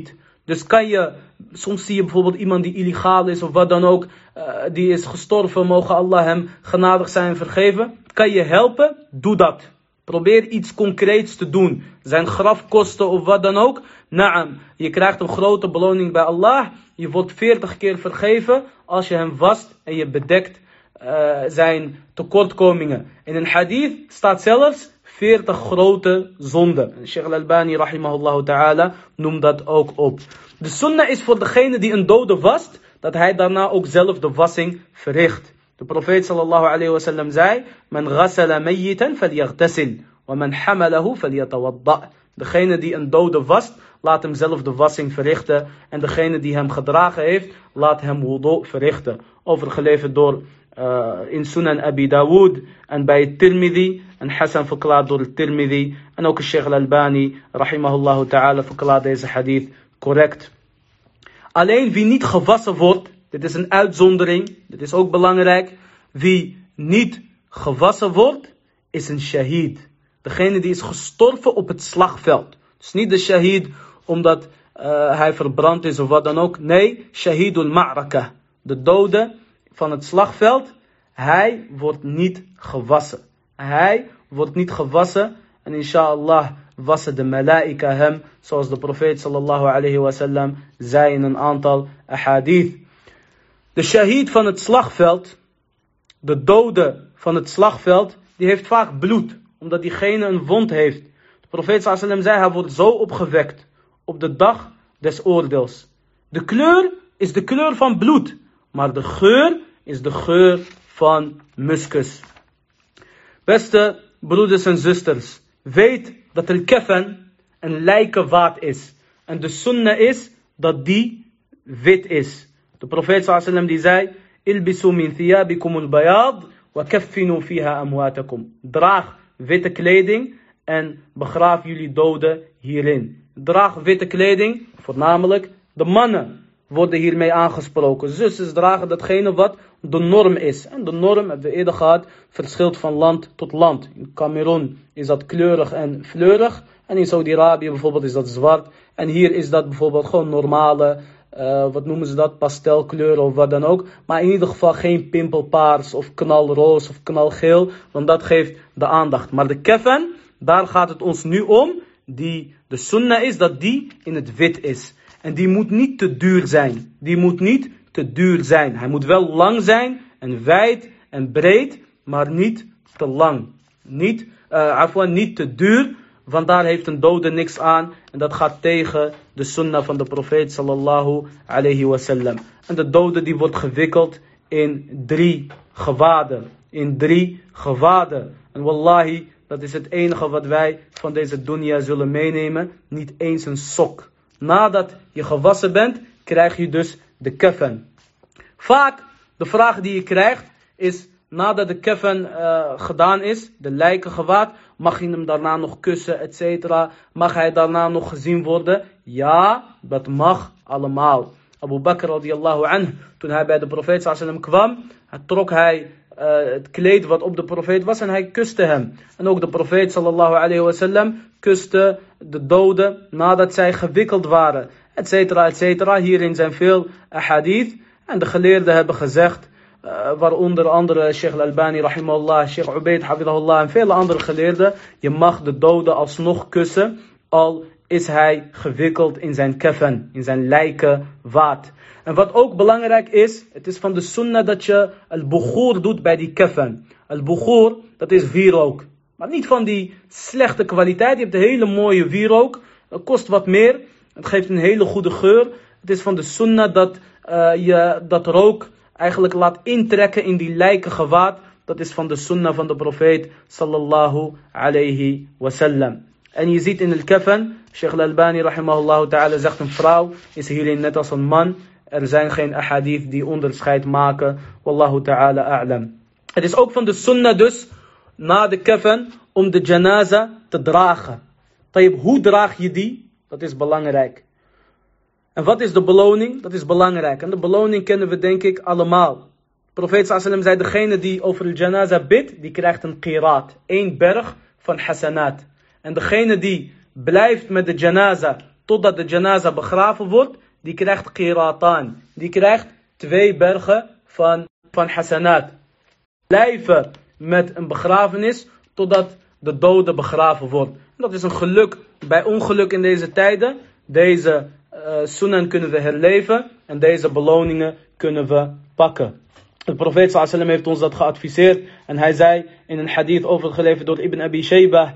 Dus soms zie je bijvoorbeeld iemand die illegaal is of wat dan ook, die is gestorven, mogen Allah hem genadig zijn en vergeven. Kan je helpen? Doe dat. Probeer iets concreets te doen. Zijn grafkosten of wat dan ook. Naam, je krijgt een grote beloning bij Allah. Je wordt 40 keer vergeven als je hem wast en je bedekt zijn tekortkomingen. In een hadith staat zelfs 40 grote zonden. Sheikh al-Albani rahimahullah ta'ala noemt dat ook op. De sunnah is voor degene die een dode wast, dat hij daarna ook zelf de wassing verricht. De profeet sallallahu alayhi wa sallam zei: Man ghassala mayyitan falyaghtasil, wa man hamalahu falyatawadda. Degene die een dode wast, laat hem zelf de wassing verrichten. En degene die hem gedragen heeft, laat hem wudu verrichten. Overgeleverd door in Sunan Abi Dawud en bij Tirmidhi. En Hassan verklaart door Tirmidhi. En ook Sheikh al-Albani rahimahullah ta'ala verklaart deze hadith correct. Alleen wie niet gewassen wordt, dit is een uitzondering, dit is ook belangrijk. Wie niet gewassen wordt, is een shahid. Degene die is gestorven op het slagveld. Dus niet de shahid omdat hij verbrand is of wat dan ook. Nee, shahidul ma'raka. De dode van het slagveld. Hij wordt niet gewassen. Hij wordt niet gewassen. En inshallah wassen de malaika hem. Zoals de profeet sallallahu alayhi wa sallam zei in een aantal ahadith. De shahid van het slagveld. De dode van het slagveld. Die heeft vaak bloed. Omdat diegene een wond heeft. De profeet sallallahu alayhi wa sallam zei: hij wordt zo opgewekt. Op de dag des oordeels. De kleur is de kleur van bloed. Maar de geur is de geur van muskus. Beste broeders en zusters. Weet dat el kafan een lijkenwaad is. En de sunnah is dat die wit is. De profeet sallallahu alaihi wasallam die zei: Ilbisu min thiyabikum al-bayad wa kaffinu fiha amwatakum. Draag witte kleding en begraaf jullie doden hierin. Draag witte kleding, voornamelijk de mannen worden hiermee aangesproken. Zusters dragen datgene wat de norm is. En de norm, hebben we eerder gehad, verschilt van land tot land. In Cameroen is dat kleurig en fleurig. En in Saudi-Arabië bijvoorbeeld is dat zwart. En hier is dat bijvoorbeeld gewoon normale, wat noemen ze dat, pastelkleuren of wat dan ook. Maar in ieder geval geen pimpelpaars of knalroos of knalgeel. Want dat geeft de aandacht. Maar de kafan, daar gaat het ons nu om. De sunnah is dat die in het wit is. En die moet niet te duur zijn. Die moet niet te duur zijn. Hij moet wel lang zijn en wijd en breed, maar niet te lang. Niet te duur, want daar heeft een dode niks aan. En dat gaat tegen de sunnah van de profeet sallallahu alayhi wasallam. En de dode die wordt gewikkeld in 3 gewaden. In 3 gewaden. En wallahi, dat is het enige wat wij van deze dunya zullen meenemen. Niet eens een sok. Nadat je gewassen bent, krijg je dus de kafan. Vaak, de vraag die je krijgt, is nadat de kafan gedaan is, de lijkengewaad, mag je hem daarna nog kussen, etc. Mag hij daarna nog gezien worden? Ja, dat mag allemaal. Abu Bakr radiyallahu anhu, toen hij bij de profeet sallallahu alaihi wasallam kwam, trok hij het kleed wat op de profeet was en hij kuste hem. En ook de profeet sallallahu alayhi wasallam kuste de doden nadat zij gewikkeld waren, etcetera, etcetera. Hierin zijn veel hadith. En de geleerden hebben gezegd, waaronder andere Sheikh al-Albani rahimahullah, Sheikh Ubaid hafidahullah en vele andere geleerden, je mag de doden alsnog kussen, al is hij gewikkeld in zijn kafan, in zijn lijkenwaad. En wat ook belangrijk is, het is van de sunnah dat je al-bukhur doet bij die kafan. Al-bukhur, dat is wierook. Maar niet van die slechte kwaliteit. Je hebt een hele mooie wierook. Het kost wat meer. Het geeft een hele goede geur. Het is van de sunnah dat je dat rook eigenlijk laat intrekken in die lijkengewaad. Dat is van de sunnah van de profeet sallallahu alayhi wasallam. En je ziet in het kafan, Sheikh al-Albani rahimahullah ta'ala zegt, een vrouw is hierin net als een man. Er zijn geen ahadith die onderscheid maken. Wallahu ta'ala a'lam. Het is ook van de sunnah dus, na de kafan, om de janaza te dragen. Tayyib, hoe draag je die? Dat is belangrijk. En wat is de beloning? Dat is belangrijk. En de beloning kennen we denk ik allemaal. De profeet sallallahu alaihi wasallam zei, degene die over de janaza bidt, die krijgt een qiraat. 1 berg van hasanat. En degene die blijft met de janaza totdat de janaza begraven wordt, die krijgt qiratan. Die krijgt 2 bergen van hasanat. Blijven met een begrafenis totdat de dode begraven wordt. En dat is een geluk bij ongeluk in deze tijden. Deze sunan kunnen we herleven en deze beloningen kunnen we pakken. De profeet sallallahu alaihi wasallam heeft ons dat geadviseerd en hij zei in een hadith overgeleverd door Ibn Abi Shaybah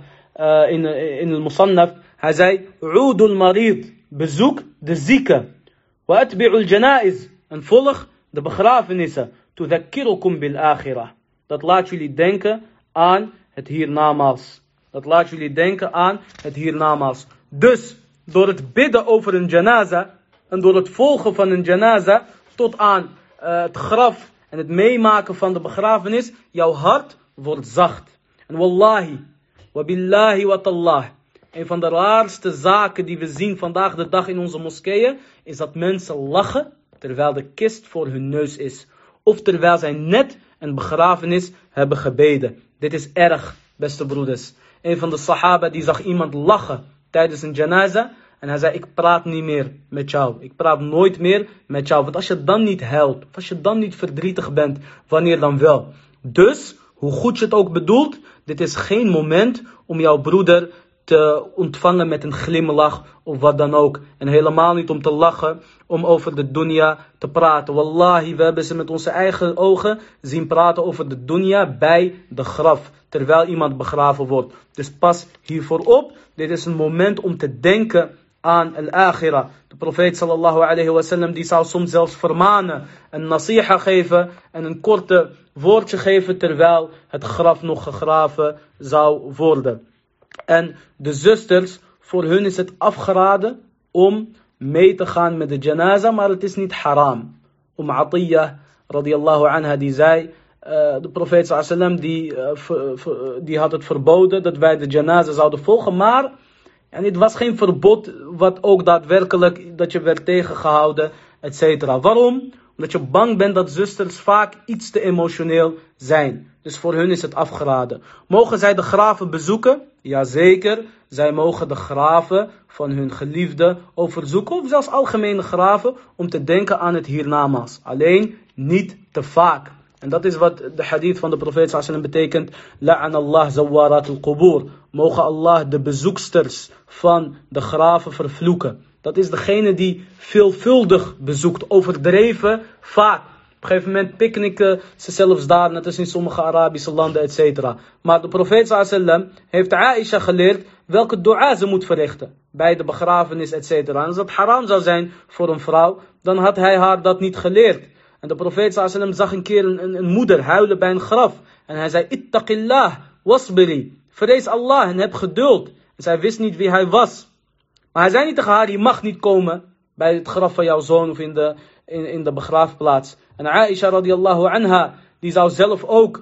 in het Musannaf. Hij zei, Uudul marid, bezoek de zieken. Wa atbi'ul janaiz, en volg de begrafenissen. Tudhakkirukum bil akhirah. Dat laat jullie denken aan het hiernamaals. Dat laat jullie denken aan het hiernamaals. Dus, door het bidden over een janaza en door het volgen van een janaza tot aan het graf en het meemaken van de begrafenis, jouw hart wordt zacht. En wallahi, wabillahi wa tallah, een van de raarste zaken die we zien vandaag de dag in onze moskeeën, is dat mensen lachen terwijl de kist voor hun neus is. Of terwijl zij net een begrafenis hebben gebeden. Dit is erg, beste broeders. Een van de sahaba die zag iemand lachen tijdens een janaza. En hij zei, ik praat niet meer met jou. Ik praat nooit meer met jou. Want als je dan niet huilt, of als je dan niet verdrietig bent, wanneer dan wel? Dus, hoe goed je het ook bedoelt, dit is geen moment om jouw broeder te ontvangen met een glimlach of wat dan ook. En helemaal niet om te lachen, om over de dunya te praten. Wallahi, we hebben ze met onze eigen ogen zien praten over de dunya bij de graf. Terwijl iemand begraven wordt. Dus pas hiervoor op. Dit is een moment om te denken aan al-akhirah. De profeet sallallahu alayhi wa sallam die zou soms zelfs vermanen, een nasiha geven en een korte woordje geven terwijl het graf nog gegraven zou worden. En de zusters, voor hun is het afgeraden om mee te gaan met de janaza, maar het is niet haram. Atiyah radiyallahu anha die zei, de profeet sallallahu alaihi wasallam die had het verboden dat wij de janaza zouden volgen, maar en het was geen verbod wat ook daadwerkelijk dat je werd tegengehouden, etc. Waarom? Omdat je bang bent dat zusters vaak iets te emotioneel zijn. Dus voor hun is het afgeraden. Mogen zij de graven bezoeken? Jazeker. Zij mogen de graven van hun geliefden overzoeken. Of zelfs algemene graven om te denken aan het hiernamaals. Alleen niet te vaak. En dat is wat de hadith van de profeet sallallahu alaihi wasallam betekent. La'anallah zawarat al-qubur. Mogen Allah de bezoeksters van de graven vervloeken. Dat is degene die veelvuldig bezoekt, overdreven, vaak. Op een gegeven moment picknicken ze zelfs daar, net als in sommige Arabische landen, etc. Maar de profeet sallallahu alaihi wasallam heeft Aisha geleerd welke dua ze moet verrichten bij de begrafenis, etc. En als dat haram zou zijn voor een vrouw, dan had hij haar dat niet geleerd. En de profeet sallallahu alaihi wasallam zag een keer een moeder huilen bij een graf. En hij zei, ittaqillah wasbiri. Vrees Allah en heb geduld. En zij wist niet wie hij was. Maar hij zei niet tegen haar, je mag niet komen bij het graf van jouw zoon of in de begraafplaats. En Aisha radiyallahu anha, die zou zelf ook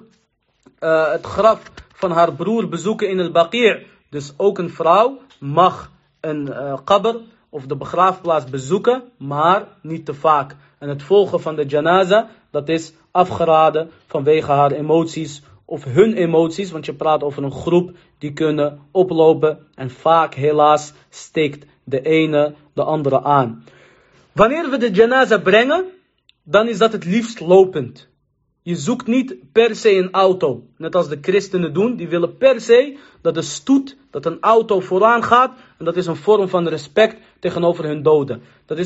het graf van haar broer bezoeken in al-Baqi'. Dus ook een vrouw mag een qabr of de begraafplaats bezoeken, maar niet te vaak. En het volgen van de janaza, dat is afgeraden vanwege haar emoties of hun emoties, want je praat over een groep die kunnen oplopen en vaak helaas steekt de ene de andere aan. Wanneer we de janaza brengen, dan is dat het liefst lopend. Je zoekt niet per se een auto, net als de christenen doen. Die willen per se dat de stoet, dat een auto vooraan gaat. En dat is een vorm van respect tegenover hun doden.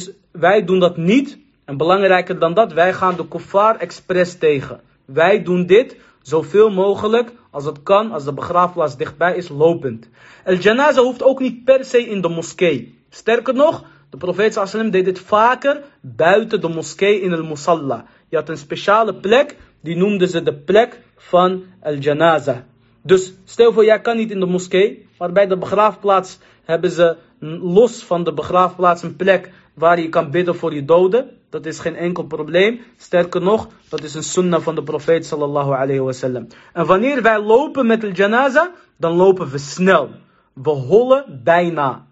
Wij doen dat niet. En belangrijker dan dat, wij gaan de kuffar expres tegen. Wij doen dit zoveel mogelijk als het kan, als de begraafplaats dichtbij is, lopend. El janaza hoeft ook niet per se in de moskee. Sterker nog, de profeet sallallahu alaihi wasallam deed dit vaker buiten de moskee in el musalla. Je had een speciale plek, die noemden ze de plek van el janaza. Dus stel voor, jij kan niet in de moskee, maar bij de begraafplaats hebben ze los van de begraafplaats een plek waar je kan bidden voor je doden. Dat is geen enkel probleem. Sterker nog, dat is een sunnah van de profeet sallallahu alayhi wasallam. En wanneer wij lopen met el janaza, dan lopen we snel. We hollen bijna.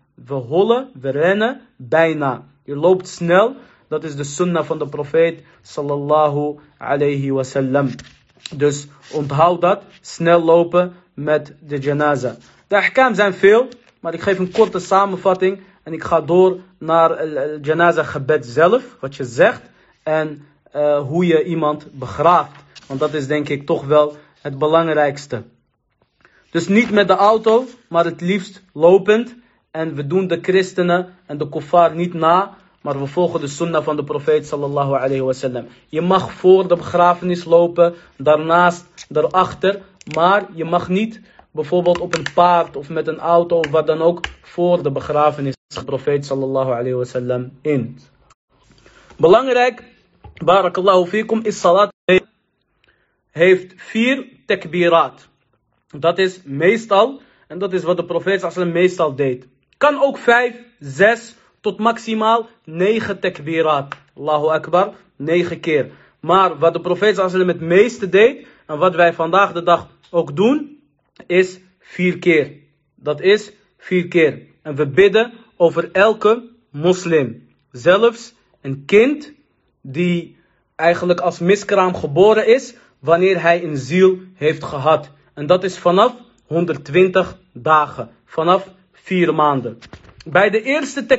We rennen bijna. Je loopt snel. Dat is de sunnah van de profeet sallallahu alayhi wasallam. Dus onthoud dat. Snel lopen met de janaza. De ahkam zijn veel, maar ik geef een korte samenvatting. en ik ga door naar het janaza gebed zelf, wat je zegt, en hoe je iemand begraaft. Want dat is denk ik toch wel het belangrijkste. Dus niet met de auto, maar het liefst lopend. En we doen de christenen en de kuffar niet na, maar we volgen de sunnah van de profeet sallallahu alayhi wa sallam. Je mag voor de begrafenis lopen, daarnaast, daarachter, maar je mag niet bijvoorbeeld op een paard of met een auto of wat dan ook voor de begrafenis van de profeet sallallahu alayhi wa sallam in. Belangrijk, barakallahu fikum, is salat heeft 4 takbirat. Dat is meestal, en dat is wat de profeet sallallahu alayhi wa sallam meestal deed. Kan ook 5, 6 tot maximaal 9 takbirat. Allahu akbar, 9 keer. Maar wat de profeet sallallahu alayhi wa sallam het meeste deed, en wat wij vandaag de dag ook doen, is 4 keer. Dat is 4 keer. En we bidden over elke moslim. Zelfs een kind die eigenlijk als miskraam geboren is, wanneer hij een ziel heeft gehad. En dat is vanaf 120 dagen. Vanaf 4 maanden. Bij de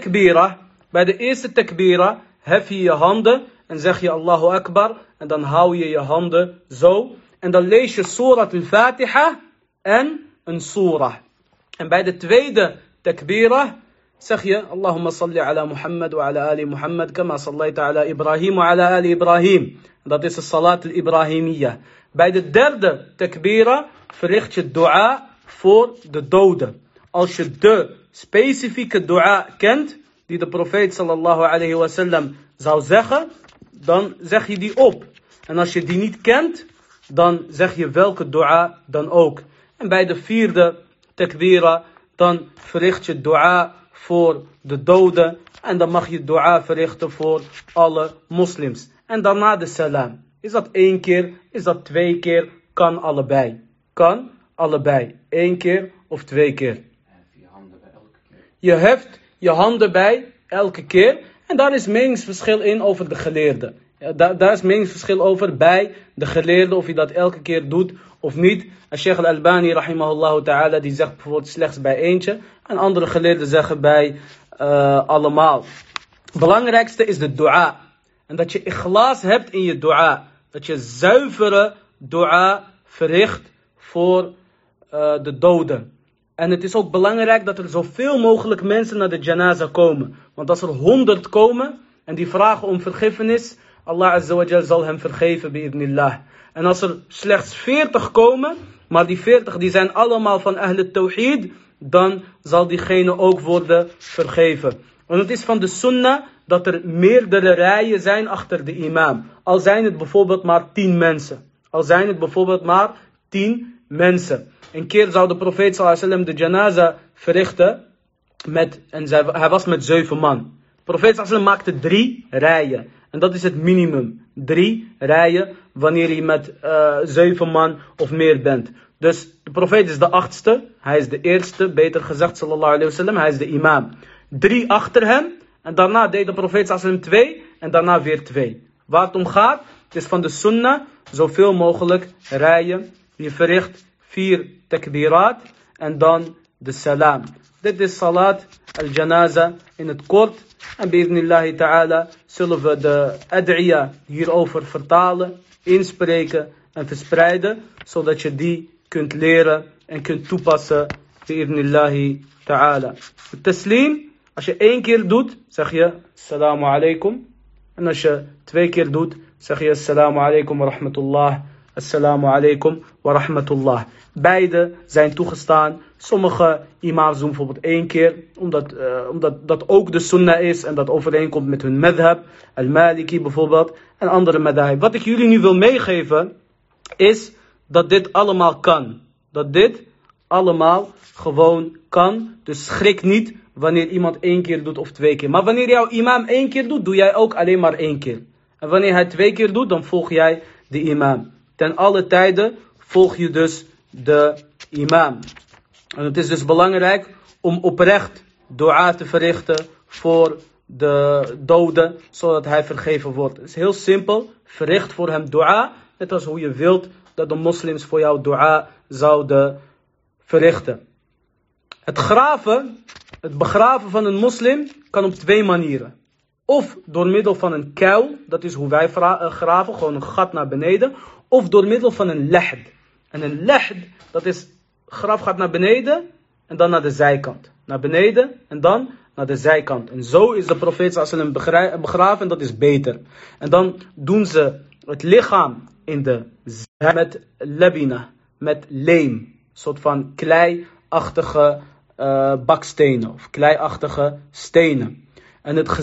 eerste takbira hef je je handen en zeg je Allahu Akbar. En dan hou je je handen zo. En dan lees je Surat al-Fatiha en een surah. En bij de tweede takbira zeg je Allahumma salli ala Muhammad wa ala ali Muhammad kama sallaita ala Ibrahim wa ala ali Ibrahim. Dat is de salat al-Ibrahimiyya. Bij de derde takbira verricht je dua voor de doden. Als je de specifieke dua kent, die de profeet sallallahu alayhi wa sallam zou zeggen, dan zeg je die op. En als je die niet kent, dan zeg je welke dua dan ook. En bij de vierde takbira, dan verricht je dua voor de doden. En dan mag je dua verrichten voor alle moslims. En daarna de salam. Is dat 1 keer? Is dat 2 keer? Kan allebei. Kan allebei. 1 keer of 2 keer. Je heft je handen bij elke keer. En daar is meningsverschil in over de geleerden. Ja, daar is meningsverschil over bij de geleerden of je dat elke keer doet of niet. Sheikh al-Albani rahimahullah ta'ala die zegt bijvoorbeeld slechts bij eentje. En andere geleerden zeggen bij allemaal. Het belangrijkste is de dua. En dat je ikhlas hebt in je dua. Dat je zuivere dua verricht voor de doden. En het is ook belangrijk dat er zoveel mogelijk mensen naar de janaza komen. Want als er 100 komen en die vragen om vergiffenis, Allah Azza wa Jal zal hem vergeven bi'idnillah. En als er slechts 40 komen, maar die 40 die zijn allemaal van Ahl Tawhid, dan zal diegene ook worden vergeven. En het is van de sunnah dat er meerdere rijen zijn achter de imam. Al zijn het bijvoorbeeld maar 10 mensen. Al zijn het bijvoorbeeld maar 10 mensen. Een keer zou de profeet sallallahu alaihi wasallam de janaza verrichten hij was met 7 man. De profeet sallallahu alaihi wasallam maakte 3 rijen. En dat is het minimum. 3 rijen wanneer je met 7 man of meer bent. Dus de profeet is de 8ste. Hij is de eerste, beter gezegd sallallahu alaihi wasallam. Hij is de imam. 3 achter hem. En daarna deed de profeet sallallahu alaihi wasallam 2. En daarna weer 2. Waar het om gaat, het is van de sunnah zoveel mogelijk rijen. Je verricht 4 takbirat en dan de salam. Dit is salat al-janaza in het kort. En bi'idnillahi ta'ala zullen we de ad'iya hierover vertalen, inspreken en verspreiden. Zodat je die kunt leren en kunt toepassen. Bi'idnillahi ta'ala. Het taslim, als je 1 keer doet, zeg je assalamu alaikum. En als je 2 keer doet, zeg je assalamu alaikum wa rahmatullah. Assalamu alaikum wa rahmatullah. Beide zijn toegestaan. Sommige imams doen bijvoorbeeld 1 keer. Omdat dat ook de sunnah is. En dat overeenkomt met hun madhab. Al-Maliki bijvoorbeeld. En andere madhab. Wat ik jullie nu wil meegeven. Is dat dit allemaal kan. Dat dit allemaal gewoon kan. Dus schrik niet wanneer iemand 1 keer doet of 2 keer. Maar wanneer jouw imam 1 keer doet, doe jij ook alleen maar 1 keer. En wanneer hij 2 keer doet, dan volg jij de imam. Ten alle tijden volg je dus de imam. En het is dus belangrijk om oprecht dua te verrichten voor de doden, zodat hij vergeven wordt. Het is heel simpel. Verricht voor hem dua, net als hoe je wilt dat de moslims voor jou dua zouden verrichten. Het graven Het begraven van een moslim kan op 2 manieren. Of door middel van een kuil, dat is hoe wij graven, gewoon een gat naar beneden. Of door middel van een lahd. En een lahd, dat is, graf gaat naar beneden en dan naar de zijkant. Naar beneden en dan naar de zijkant. En zo is de profeet sallallahu alaihi wasallam begraven en dat is beter. En dan doen ze het lichaam in de zij met labina, met leem. Een soort van kleiachtige bakstenen of kleiachtige stenen. En het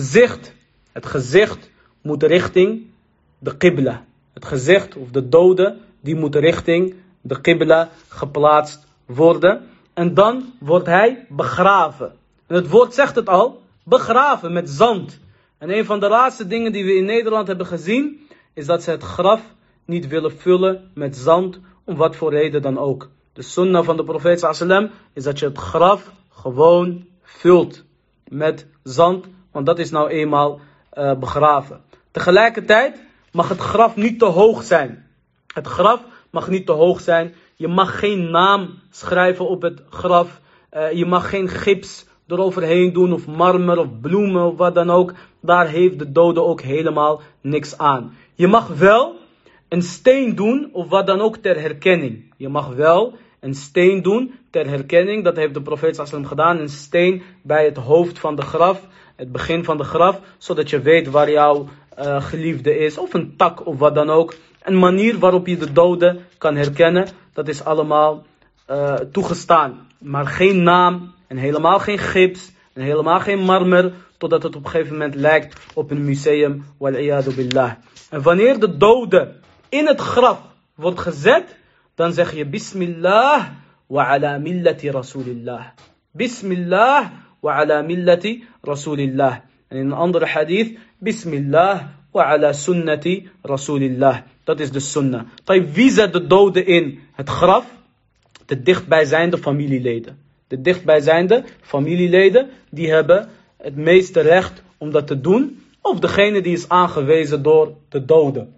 gezicht moet richting de qibla. Het gezicht of de dode, die moet richting de qibla geplaatst worden. En dan wordt hij begraven. En het woord zegt het al, begraven met zand. En een van de laatste dingen die we in Nederland hebben gezien, is dat ze het graf niet willen vullen met zand, om wat voor reden dan ook. De sunnah van de profeet sallallahu alaihi wasallam is dat je het graf gewoon vult met zand, want dat is nou eenmaal begraven. Tegelijkertijd mag het graf niet te hoog zijn. Het graf mag niet te hoog zijn. Je mag geen naam schrijven op het graf. Je mag geen gips eroverheen doen of marmer of bloemen of wat dan ook. Daar heeft de dode ook helemaal niks aan. Je mag wel een steen doen of wat dan ook ter herkenning. Je mag wel een steen doen ter herkenning. Dat heeft de profeet sallallahu alaihi wasallam gedaan. Een steen bij het hoofd van de graf. Het begin van de graf. Zodat je weet waar jouw geliefde is. Of een tak of wat dan ook. Een manier waarop je de dode kan herkennen. Dat is allemaal toegestaan. Maar geen naam. En helemaal geen gips. En helemaal geen marmer. Totdat het op een gegeven moment lijkt op een museum. Wal-iyadu billah. En wanneer de dode in het graf wordt gezet. Dan zeg je Bismillah wa ala millati Rasulillah. Bismillah wa ala millati Rasulillah. En in een andere hadith. Bismillah wa ala sunnati Rasulillah. Dat is de sunnah. Wie zet de dode in het graf? De dichtbijzijnde familieleden. De dichtbijzijnde familieleden, die hebben het meeste recht om dat te doen. Of degene die is aangewezen door de dode.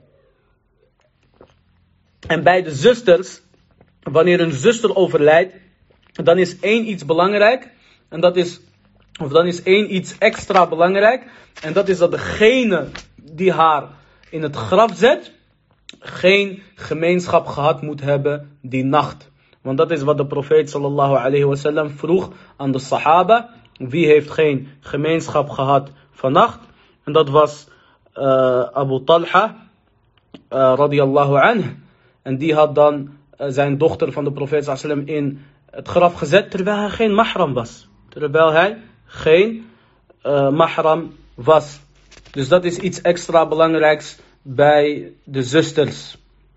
En bij de zusters, wanneer een zuster overlijdt, dan is één iets belangrijk. En dat is, of dan is één iets extra belangrijk. En dat is dat degene die haar in het graf zet, geen gemeenschap gehad moet hebben die nacht. Want dat is wat de profeet sallallahu alayhi wasallam vroeg aan de sahaba. Wie heeft geen gemeenschap gehad vannacht? En dat was Abu Talha radiyallahu anhu. En die had dan zijn dochter van de profeet sallallahu alayhi wasallam in het graf gezet terwijl hij geen mahram was. Terwijl hij geen mahram was. Dus dat is iets extra belangrijks bij de zusters.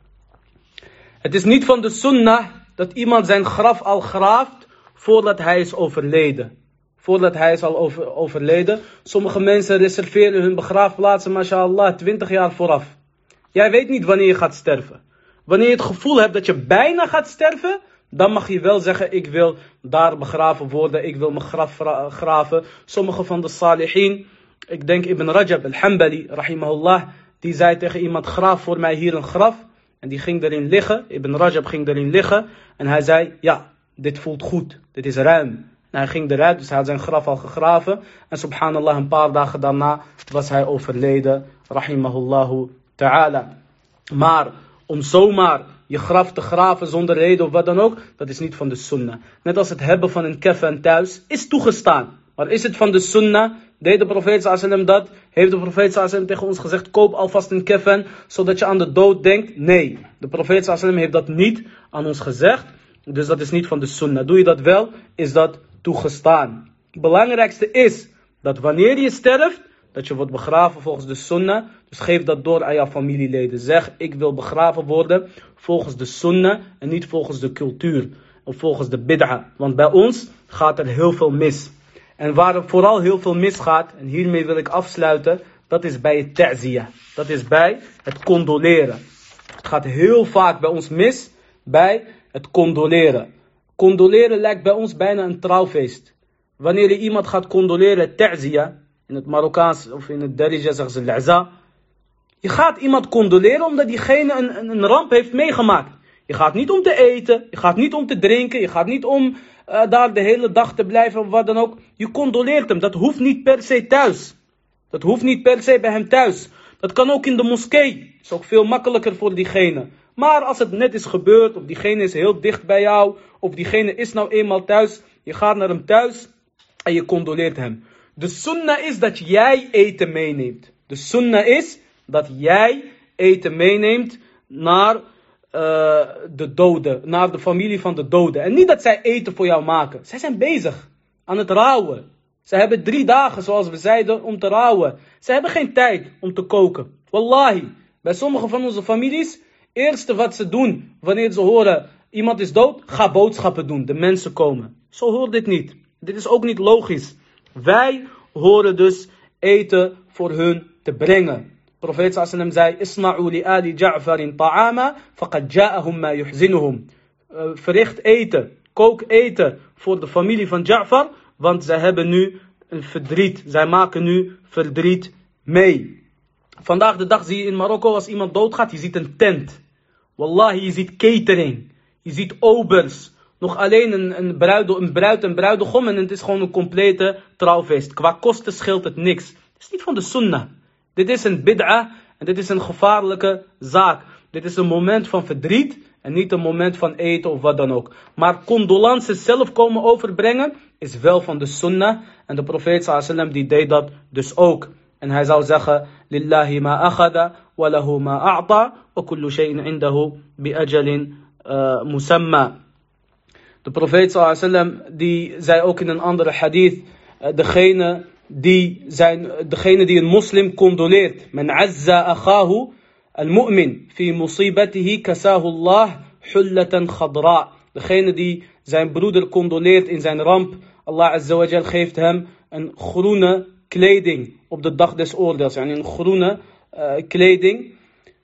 Het is niet van de sunnah dat iemand zijn graf al graaft voordat hij is overleden. Voordat hij is al overleden. Sommige mensen reserveren hun begraafplaatsen, mashallah, 20 jaar vooraf. Jij weet niet wanneer je gaat sterven. Wanneer je het gevoel hebt dat je bijna gaat sterven, dan mag je wel zeggen, ik wil daar begraven worden, ik wil mijn graf graven. Sommige van de salihin, ik denk Ibn Rajab al-Hanbali, rahimahullah, die zei tegen iemand, graaf voor mij hier een graf. En die ging erin liggen, Ibn Rajab ging erin liggen. En hij zei, ja, dit voelt goed, dit is ruim. En hij ging eruit, dus hij had zijn graf al gegraven. En subhanallah, een paar dagen daarna was hij overleden, rahimahullahu ta'ala. Maar om zomaar je graf te graven zonder reden of wat dan ook, dat is niet van de sunnah. Net als het hebben van een kafan thuis is toegestaan. Maar is het van de sunnah? Deed de profeet sallallahu alaihi wasallam dat? Heeft de profeet sallallahu alaihi wasallam tegen ons gezegd, koop alvast een kafan, zodat je aan de dood denkt? Nee, de profeet sallallahu alaihi wasallam heeft dat niet aan ons gezegd. Dus dat is niet van de sunnah. Doe je dat wel, is dat toegestaan. Het belangrijkste is dat wanneer je sterft, dat je wordt begraven volgens de sunnah. Dus geef dat door aan jouw familieleden. Zeg, ik wil begraven worden volgens de sunnah en niet volgens de cultuur. Of volgens de bid'a. Want bij ons gaat er heel veel mis. En waar er vooral heel veel misgaat, en hiermee wil ik afsluiten, dat is bij het ta'ziyah. Dat is bij het condoleren. Het gaat heel vaak bij ons mis bij het condoleren. Condoleren lijkt bij ons bijna een trouwfeest. Wanneer je iemand gaat condoleren, ta'ziyah, in het Marokkaans of in het Darija zeggen ze al-'aza. Je gaat iemand condoleren omdat diegene een ramp heeft meegemaakt. Je gaat niet om te eten, je gaat niet om te drinken, je gaat niet om daar de hele dag te blijven of wat dan ook. Je condoleert hem. Dat hoeft niet per se thuis. Dat hoeft niet per se bij hem thuis. Dat kan ook in de moskee. Is ook veel makkelijker voor diegene. Maar als het net is gebeurd, of diegene is heel dicht bij jou, of diegene is nou eenmaal thuis, je gaat naar hem thuis en je condoleert hem. De sunnah is dat jij eten meeneemt. De sunnah is dat jij eten meeneemt naar de doden, naar de familie van de doden. En niet dat zij eten voor jou maken. Zij zijn bezig aan het rouwen. Ze hebben 3 dagen, zoals we zeiden, om te rouwen. Ze hebben geen tijd om te koken. Wallahi, bij sommige van onze families, eerste wat ze doen wanneer ze horen iemand is dood, ga boodschappen doen, de mensen komen. Zo hoort dit niet. Dit is ook niet logisch. Wij horen dus eten voor hun te brengen. Profeet sallam zei, Isna'u li ali Ja'farin ta'ama, faqad ja'ahum ma yuhzinuhum. Verricht eten, kook eten voor de familie van Ja'far, want zij hebben nu een verdriet. Zij maken nu verdriet mee. Vandaag de dag zie je in Marokko, als iemand doodgaat, je ziet een tent. Wallahi, je ziet catering. Je ziet obers. Nog alleen een bruid en bruidegom en het is gewoon een complete trouwfeest. Qua kosten scheelt het niks. Het is niet van de sunnah. Dit is een bid'ah en dit is een gevaarlijke zaak. Dit is een moment van verdriet en niet een moment van eten of wat dan ook. Maar condolences zelf komen overbrengen is wel van de sunnah. En de profeet sallam die deed dat dus ook. En hij zou zeggen, Lillahi ma akhada, wa lahu ma a'ta, wa kullu shay'in indahu bi ajalin musamma. De profeet sallam die zei ook in een andere hadith, degene die een moslim condoleert. Men azza akhahu al-mu'min fi musibatihi kasahu Allah hullatan khadra. Degene die zijn broeder condoleert in zijn ramp, Allah azza wa jal geeft hem een groene kleding op de dag des oordeels. Yani een groene kleding.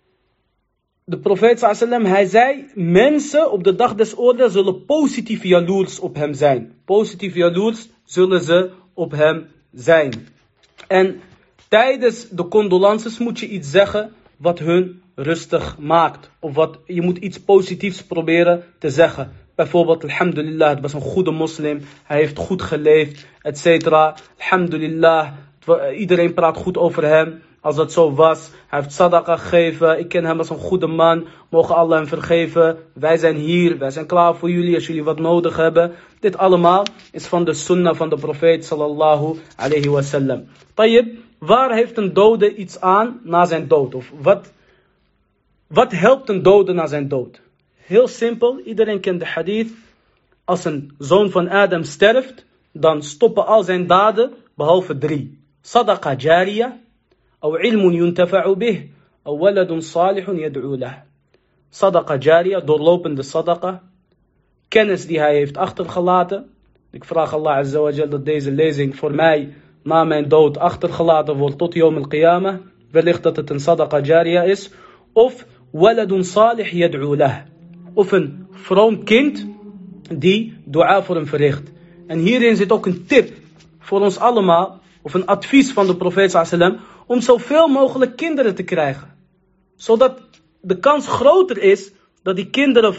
De profeet sallam, hij zei, mensen op de dag des oordeels zullen positief jaloers op hem zijn. Positief jaloers zullen ze op hem zijn. En tijdens de condolences moet je iets zeggen wat hun rustig maakt. Of je moet iets positiefs proberen te zeggen. Bijvoorbeeld, alhamdulillah, het was een goede moslim. Hij heeft goed geleefd, etc. Alhamdulillah, iedereen praat goed over hem. Als dat zo was, hij heeft sadaqa gegeven. Ik ken hem als een goede man. Mogen Allah hem vergeven. Wij zijn hier, wij zijn klaar voor jullie als jullie wat nodig hebben. Dit allemaal is van de sunnah van de profeet sallallahu alayhi wa sallam. Tayyib, waar heeft een dode iets aan na zijn dood? Of wat helpt een dode na zijn dood? Heel simpel, iedereen kent de hadith. Als een zoon van Adam sterft, dan stoppen al zijn daden, behalve 3. Sadaqa jariyah, أو علم ينتفع به أو ولد صالح يدعو له. Sadaqa jariyah, doorlopende sadaqa. Kennis die hij heeft achtergelaten. Ik vraag Allah azza wa jal dat deze lezing voor mij na mijn dood achtergelaten wordt tot yawm al-qiyamah. Wellicht dat het een sadaqa jariyah is. Of waladun salih yad'u lah. Of een vroom kind die dua voor hem verricht. En hierin zit ook een tip voor ons allemaal. Of een advies van de profeet sallam. Om zoveel mogelijk kinderen te krijgen. Zodat de kans groter is dat die kinderen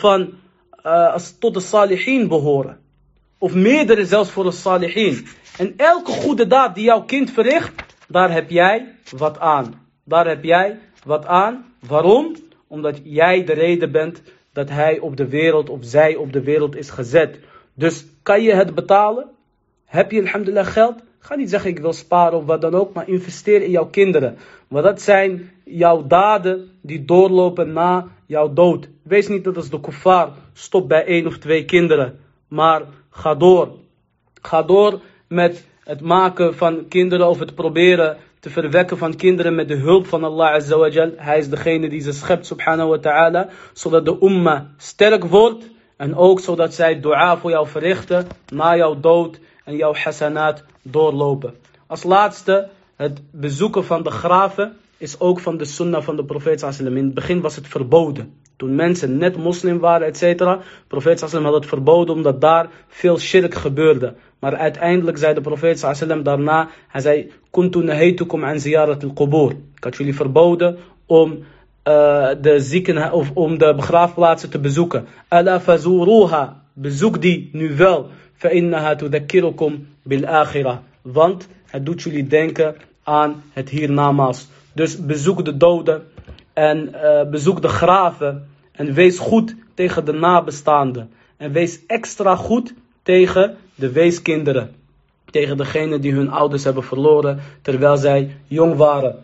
tot de salihin behoren. Of meerdere zelfs voor de salihin. En elke goede daad die jouw kind verricht, daar heb jij wat aan. Daar heb jij wat aan. Waarom? Omdat jij de reden bent dat hij op de wereld of zij op de wereld is gezet. Dus kan je het betalen? Heb je alhamdulillah geld? Ga niet zeggen ik wil sparen of wat dan ook, maar investeer in jouw kinderen. Want dat zijn jouw daden die doorlopen na jouw dood. Wees niet dat als de kuffar stopt bij 1 of 2 kinderen. Maar ga door. Ga door met het maken van kinderen of het proberen te verwekken van kinderen met de hulp van Allah azza wa jal. Hij is degene die ze schept subhanahu wa ta'ala. Zodat de umma sterk wordt. En ook zodat zij dua voor jou verrichten na jouw dood en jouw hasanat doorlopen. Als laatste, het bezoeken van de graven is ook van de sunnah van de profeet sallam. In het begin was het verboden. Toen mensen net moslim waren, etc. De profeet sallam had het verboden omdat daar veel shirk gebeurde. Maar uiteindelijk zei de profeet sallam daarna, hij zei, kuntu nahaytukum an ziyarat al-qubur. Ik had jullie verboden om om de begraafplaatsen te bezoeken. Ala fazuruha, bezoek die nu wel. فإنها تذكركم بالآخرة. Want het doet jullie denken aan het hiernamaals. Dus bezoek de doden en bezoek de graven en wees goed tegen de nabestaanden. En wees extra goed tegen de weeskinderen. Tegen degenen die hun ouders hebben verloren terwijl zij jong waren.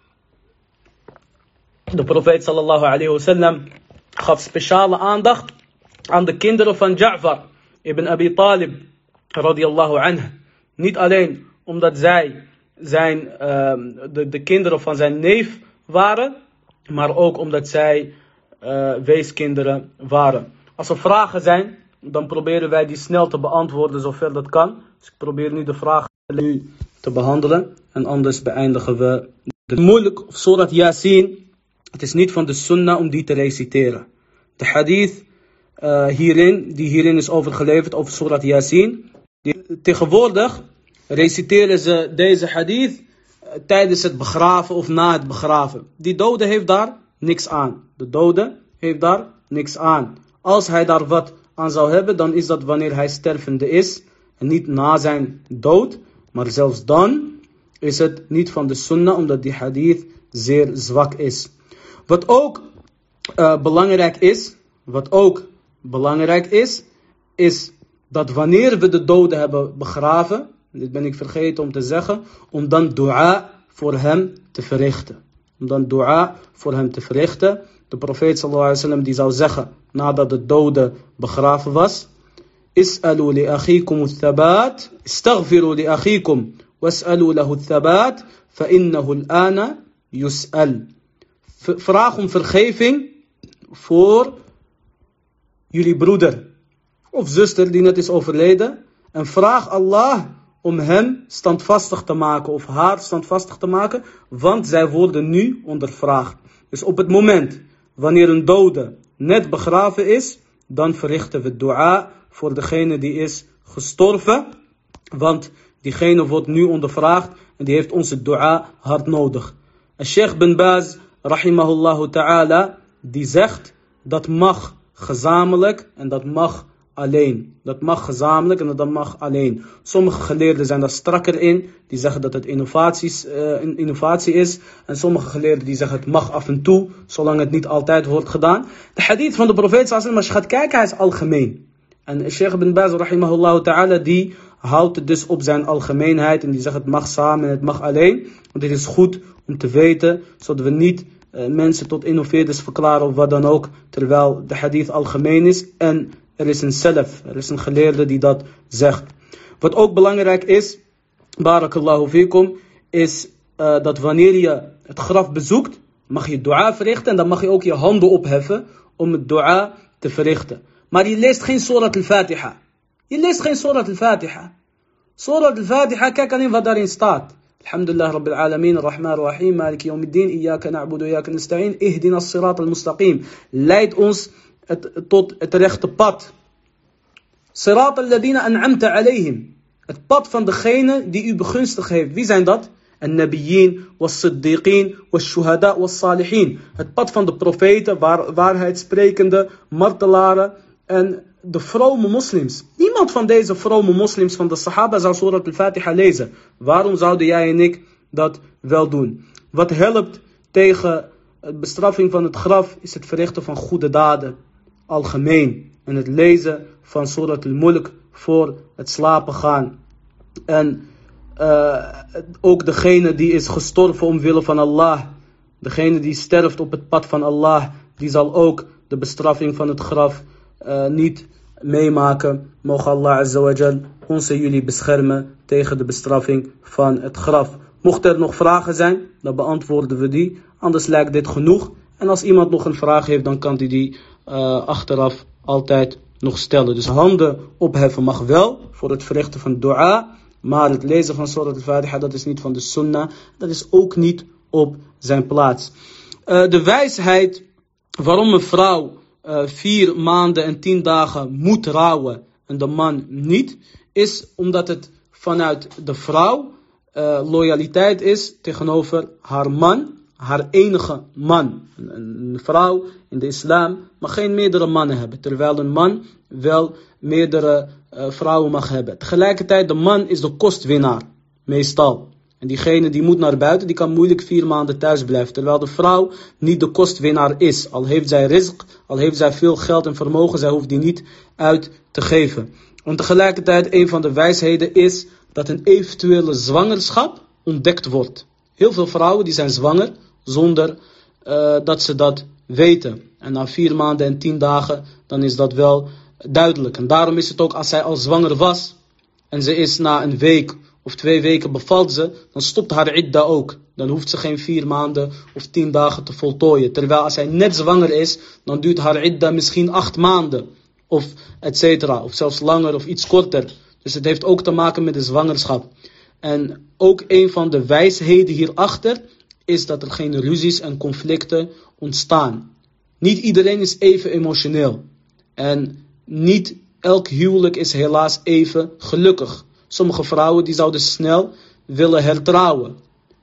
De profeet sallallahu alayhi wa sallam gaf speciale aandacht aan de kinderen van Ja'far ibn Abi Talib radiyallahu anhu. Niet alleen omdat zij de kinderen van zijn neef waren, maar ook omdat zij weeskinderen waren. Als er vragen zijn, dan proberen wij die snel te beantwoorden zover dat kan. Dus ik probeer nu de vragen nu te behandelen. En anders beëindigen we de mulk of surat Yasin. Het is niet van de sunnah om die te reciteren. De hadith die hierin is overgeleverd over surat Yasin. Tegenwoordig reciteren ze deze hadith tijdens het begraven of na het begraven. Die dode heeft daar niks aan. De dode heeft daar niks aan. Als hij daar wat aan zou hebben, dan is dat wanneer hij stervende is. En niet na zijn dood. Maar zelfs dan is het niet van de sunnah, omdat die hadith zeer zwak is. Wat ook belangrijk is, is dat wanneer we de doden hebben begraven, dit ben ik vergeten om te zeggen, om dan dua voor hem te verrichten. De profeet sallallahu alaihi wasallam die zou zeggen, nadat de dode begraven was, Is'alu li akhikum al-thabat, istaghfiru li akhikum, was'alu lahu al-thabat, fa innahu al-ana yus'al. Vraag om vergeving voor jullie broeder of zuster die net is overleden. En vraag Allah om hem standvastig te maken of haar standvastig te maken, want zij worden nu ondervraagd. Dus op het moment wanneer een dode net begraven is, dan verrichten we dua voor degene die is gestorven. Want diegene wordt nu ondervraagd en die heeft onze dua hard nodig. Sheikh bin Baz, rahimahullahu ta'ala, die zegt dat mag gezamenlijk en dat mag alleen. Dat mag gezamenlijk en dat mag alleen. Sommige geleerden zijn daar strakker in. Die zeggen dat het innovatie is. En sommige geleerden die zeggen het mag af en toe, zolang het niet altijd wordt gedaan. De hadith van de profeet, als je gaat kijken, hij is algemeen. En Sheikh bin Baz, rahimahullah ta'ala, die houdt het dus op zijn algemeenheid. En die zegt het mag samen en het mag alleen. Want dit is goed om te weten, zodat we niet mensen tot innoveerders verklaren of wat dan ook. Terwijl de hadith algemeen is en er is een salaf, er is een geleerde die dat zegt. Wat ook belangrijk is, barakallahu fikum, is dat wanneer je het graf bezoekt, mag je dua verrichten en dan mag je ook je handen opheffen om het dua te verrichten. Maar je leest geen surat al-Fatiha. Surat al-Fatiha, kijk alleen wat daarin staat. Alhamdulillah Rabbil Alamin, Ar-Rahman Ar-Rahim, Maliki Yawmiddin, Iyaka na'budu wa Iyaka nasta'in, Ihdina as-sirat al-mustaqim. Leid ons tot het rechte pad. Sirat al-ladina an'amta alayhim. Het pad van degene die u begunstigd heeft. Wie zijn dat? An-Nabiyyin, was-Siddiqin, was-Shuhada, was-Salihin. Het pad van de profeten, waarheidssprekende, martelaren en de vrome moslims. Niemand van deze vrome moslims van de Sahaba zou Surat al-Fatiha lezen. Waarom zouden jij en ik dat wel doen? Wat helpt tegen de bestraffing van het graf is het verrichten van goede daden. Algemeen. En het lezen van Surat al-Mulk voor het slapen gaan. En ook degene die is gestorven omwille van Allah. Degene die sterft op het pad van Allah. Die zal ook de bestraffing van het graf niet meemaken. Mogen Allah Azza wa Jal ons en jullie beschermen tegen de bestraffing van het graf. Mochten er nog vragen zijn, dan beantwoorden we die. Anders lijkt dit genoeg. En als iemand nog een vraag heeft, dan kan hij die achteraf altijd nog stellen. Dus handen opheffen mag wel voor het verrichten van dua. Maar het lezen van Surat al-Fatiha, dat is niet van de sunnah. Dat is ook niet op zijn plaats. De wijsheid waarom een vrouw 4 maanden en 10 dagen moet rouwen en de man niet, is omdat het vanuit de vrouw loyaliteit is tegenover haar man, haar enige man. Een vrouw in de islam mag geen meerdere mannen hebben, terwijl een man wel meerdere vrouwen mag hebben. Tegelijkertijd, de man is de kostwinnaar, meestal. En diegene die moet naar buiten, die kan moeilijk 4 maanden thuis blijven. Terwijl de vrouw niet de kostwinnaar is. Al heeft zij rizq, al heeft zij veel geld en vermogen, zij hoeft die niet uit te geven. En tegelijkertijd, een van de wijsheden is dat een eventuele zwangerschap ontdekt wordt. Heel veel vrouwen die zijn zwanger zonder dat ze dat weten. En na 4 maanden en 10 dagen, dan is dat wel duidelijk. En daarom is het ook, als zij al zwanger was en ze is na een week of 2 weken bevalt ze, dan stopt haar idda ook. Dan hoeft ze geen 4 maanden of 10 dagen te voltooien. Terwijl als zij net zwanger is, dan duurt haar idda misschien 8 maanden. Of et cetera. Of zelfs langer of iets korter. Dus het heeft ook te maken met de zwangerschap. En ook een van de wijsheden hierachter is dat er geen ruzies en conflicten ontstaan. Niet iedereen is even emotioneel. En niet elk huwelijk is helaas even gelukkig. Sommige vrouwen die zouden snel willen hertrouwen.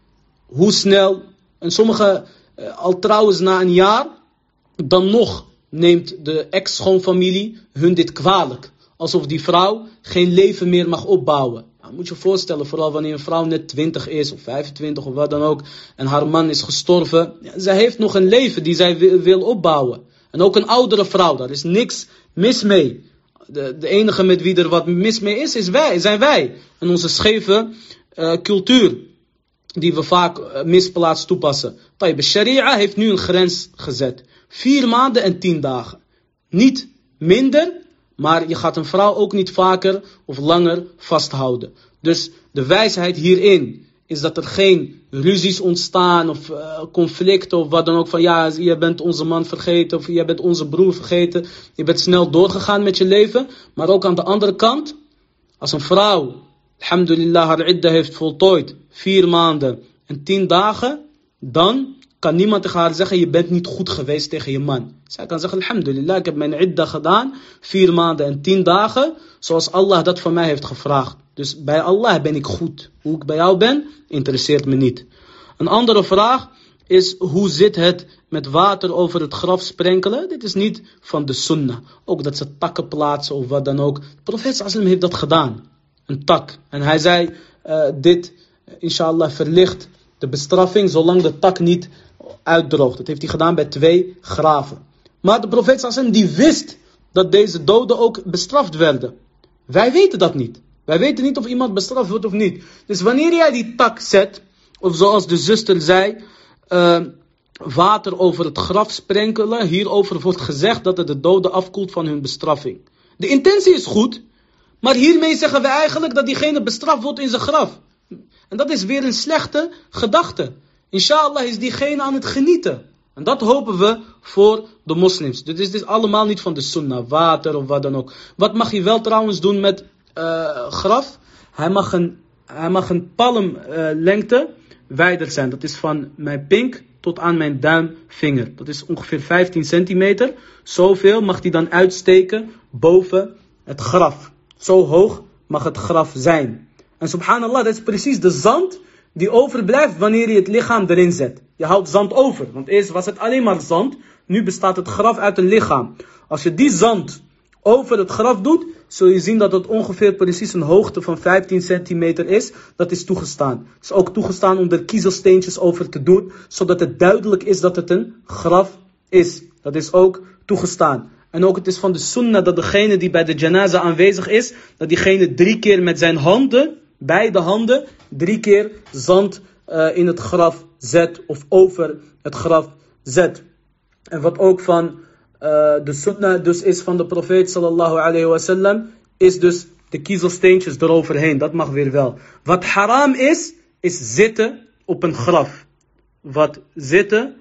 Hoe snel? En sommige al trouwen ze na een jaar. Dan nog neemt de ex-schoonfamilie hun dit kwalijk. Alsof die vrouw geen leven meer mag opbouwen. Nou, moet je je voorstellen, vooral wanneer een vrouw net 20 is of 25 of wat dan ook. En haar man is gestorven. Ja, zij heeft nog een leven die zij wil opbouwen. En ook een oudere vrouw, daar is niks mis mee. De enige met wie er wat mis mee is, zijn wij. En onze scheve cultuur, die we vaak misplaatst toepassen. De sharia heeft nu een grens gezet. 4 maanden en 10 dagen. Niet minder, maar je gaat een vrouw ook niet vaker of langer vasthouden. Dus de wijsheid hierin is dat er geen ruzies ontstaan of conflicten of wat dan ook. Van ja, je bent onze man vergeten of je bent onze broer vergeten. Je bent snel doorgegaan met je leven. Maar ook aan de andere kant, als een vrouw, alhamdulillah, haar idda heeft voltooid 4 maanden en 10 dagen, dan kan niemand tegen haar zeggen, je bent niet goed geweest tegen je man. Zij kan zeggen, alhamdulillah, ik heb mijn idda gedaan, 4 maanden en 10 dagen, zoals Allah dat van mij heeft gevraagd. Dus bij Allah ben ik goed. Hoe ik bij jou ben, interesseert me niet. Een andere vraag is, hoe zit het met water over het graf sprenkelen? Dit is niet van de sunnah. Ook dat ze takken plaatsen of wat dan ook. De profeet sallam heeft dat gedaan. Een tak. En hij zei, dit, inshallah, verlicht de bestraffing zolang de tak niet uitdroogt. Dat heeft hij gedaan bij 2 graven. Maar de profeet sallam die wist dat deze doden ook bestraft werden. Wij weten dat niet. Wij weten niet of iemand bestraft wordt of niet. Dus wanneer jij die tak zet, of zoals de zuster zei, water over het graf sprenkelen, hierover wordt gezegd dat het de doden afkoelt van hun bestraffing. De intentie is goed, maar hiermee zeggen we eigenlijk dat diegene bestraft wordt in zijn graf. En dat is weer een slechte gedachte. Inshallah is diegene aan het genieten. En dat hopen we voor de moslims. Dit is allemaal niet van de sunnah, water of wat dan ook. Wat mag je wel trouwens doen met graf? Hij mag een palmlengte wijder zijn. Dat is van mijn pink tot aan mijn duimvinger. Dat is ongeveer 15 centimeter. Zoveel mag hij dan uitsteken boven het graf. Zo hoog mag het graf zijn. En subhanallah, dat is precies de zand die overblijft wanneer je het lichaam erin zet. Je houdt zand over. Want eerst was het alleen maar zand. Nu bestaat het graf uit een lichaam. Als je die zand over het graf doet, zul je zien dat het ongeveer precies een hoogte van 15 centimeter is. Dat is toegestaan. Het is ook toegestaan om er kiezelsteentjes over te doen, zodat het duidelijk is dat het een graf is. Dat is ook toegestaan. En ook het is van de sunnah dat degene die bij de janaza aanwezig is, dat diegene 3 keer met zijn handen, beide handen, 3 keer zand in het graf zet of over het graf zet. En wat ook van de sunnah dus is van de profeet sallallahu alayhi wa sallam, is dus de kiezelsteentjes eroverheen. Dat mag weer wel. Wat haram is zitten op een graf. Wat zitten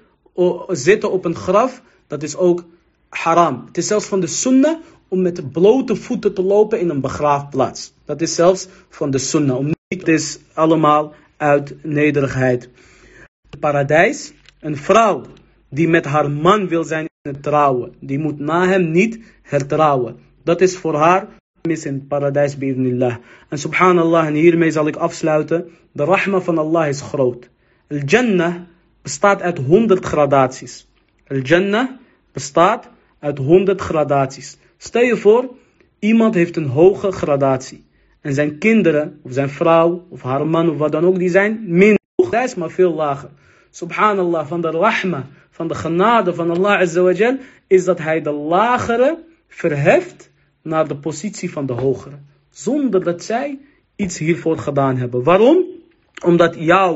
op een graf, dat is ook haram. Het is zelfs van de sunnah om met blote voeten te lopen in een begraafplaats. Dat is zelfs van de sunnah. Het is allemaal uit nederigheid. Het paradijs, een vrouw die met haar man wil zijn in het trouwen, die moet na hem niet hertrouwen. Dat is voor haar mis in het paradijs bi'idhnillah. En subhanallah, en hiermee zal ik afsluiten. De rahma van Allah is groot. Al-Jannah, bestaat uit 100 gradaties. Al-Jannah bestaat uit 100 gradaties. Stel je voor, iemand heeft een hoge gradatie. En zijn kinderen, of zijn vrouw, of haar man, of wat dan ook, die zijn minder hoog. Hij is maar veel lager. Subhanallah, van de rahma, van de genade van Allah Azza wa Jal, is dat hij de lagere verheft naar de positie van de hogere. Zonder dat zij iets hiervoor gedaan hebben. Waarom? Omdat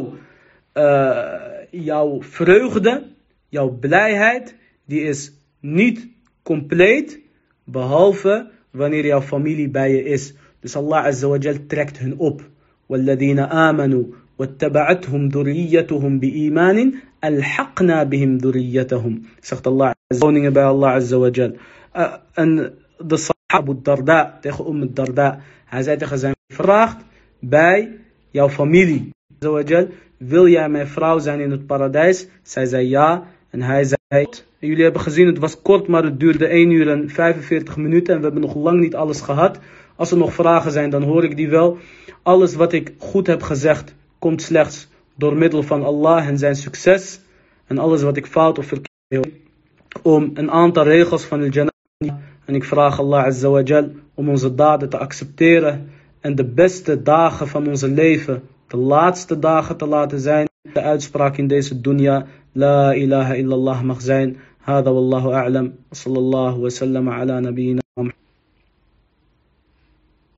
jouw vreugde, jouw blijheid, die is niet compleet, behalve wanneer jouw familie bij je is. Dus Allah Azza wa Jal trekt hun op. وَالَّذِينَ آمَنُوا وَاتَّبَعَتْهُمْ ذُرِّيَّتُهُمْ بِإِيمَانٍ أَلْحَقْنَا بِهِمْ ذُرِّيَّتَهُمْ. Zegt Allah, woningen bij Allah Azza wa Jal. En de Sahaba Darda, tegen Darda, hij zei tegen zijn vraagt bij jouw familie. Azza wa Jal, wil jij mijn vrouw zijn in het paradijs? Zij zei ja. En hij zei, jullie hebben gezien, het was kort, maar het duurde 1 uur en 45 minuten. En we hebben nog lang niet alles gehad. Als er nog vragen zijn, dan hoor ik die wel. Alles wat ik goed heb gezegd, komt slechts door middel van Allah en zijn succes. En alles wat ik fout of verkeerd heb, om een aantal regels van de Jannah. En ik vraag Allah Azza wa Jal om onze daden te accepteren. En de beste dagen van onze leven, de laatste dagen te laten zijn. De uitspraak in deze dunya, la ilaha illallah mag zijn. Hada wallahu a'lam. Sallallahu wa sallam ala nabiyyina.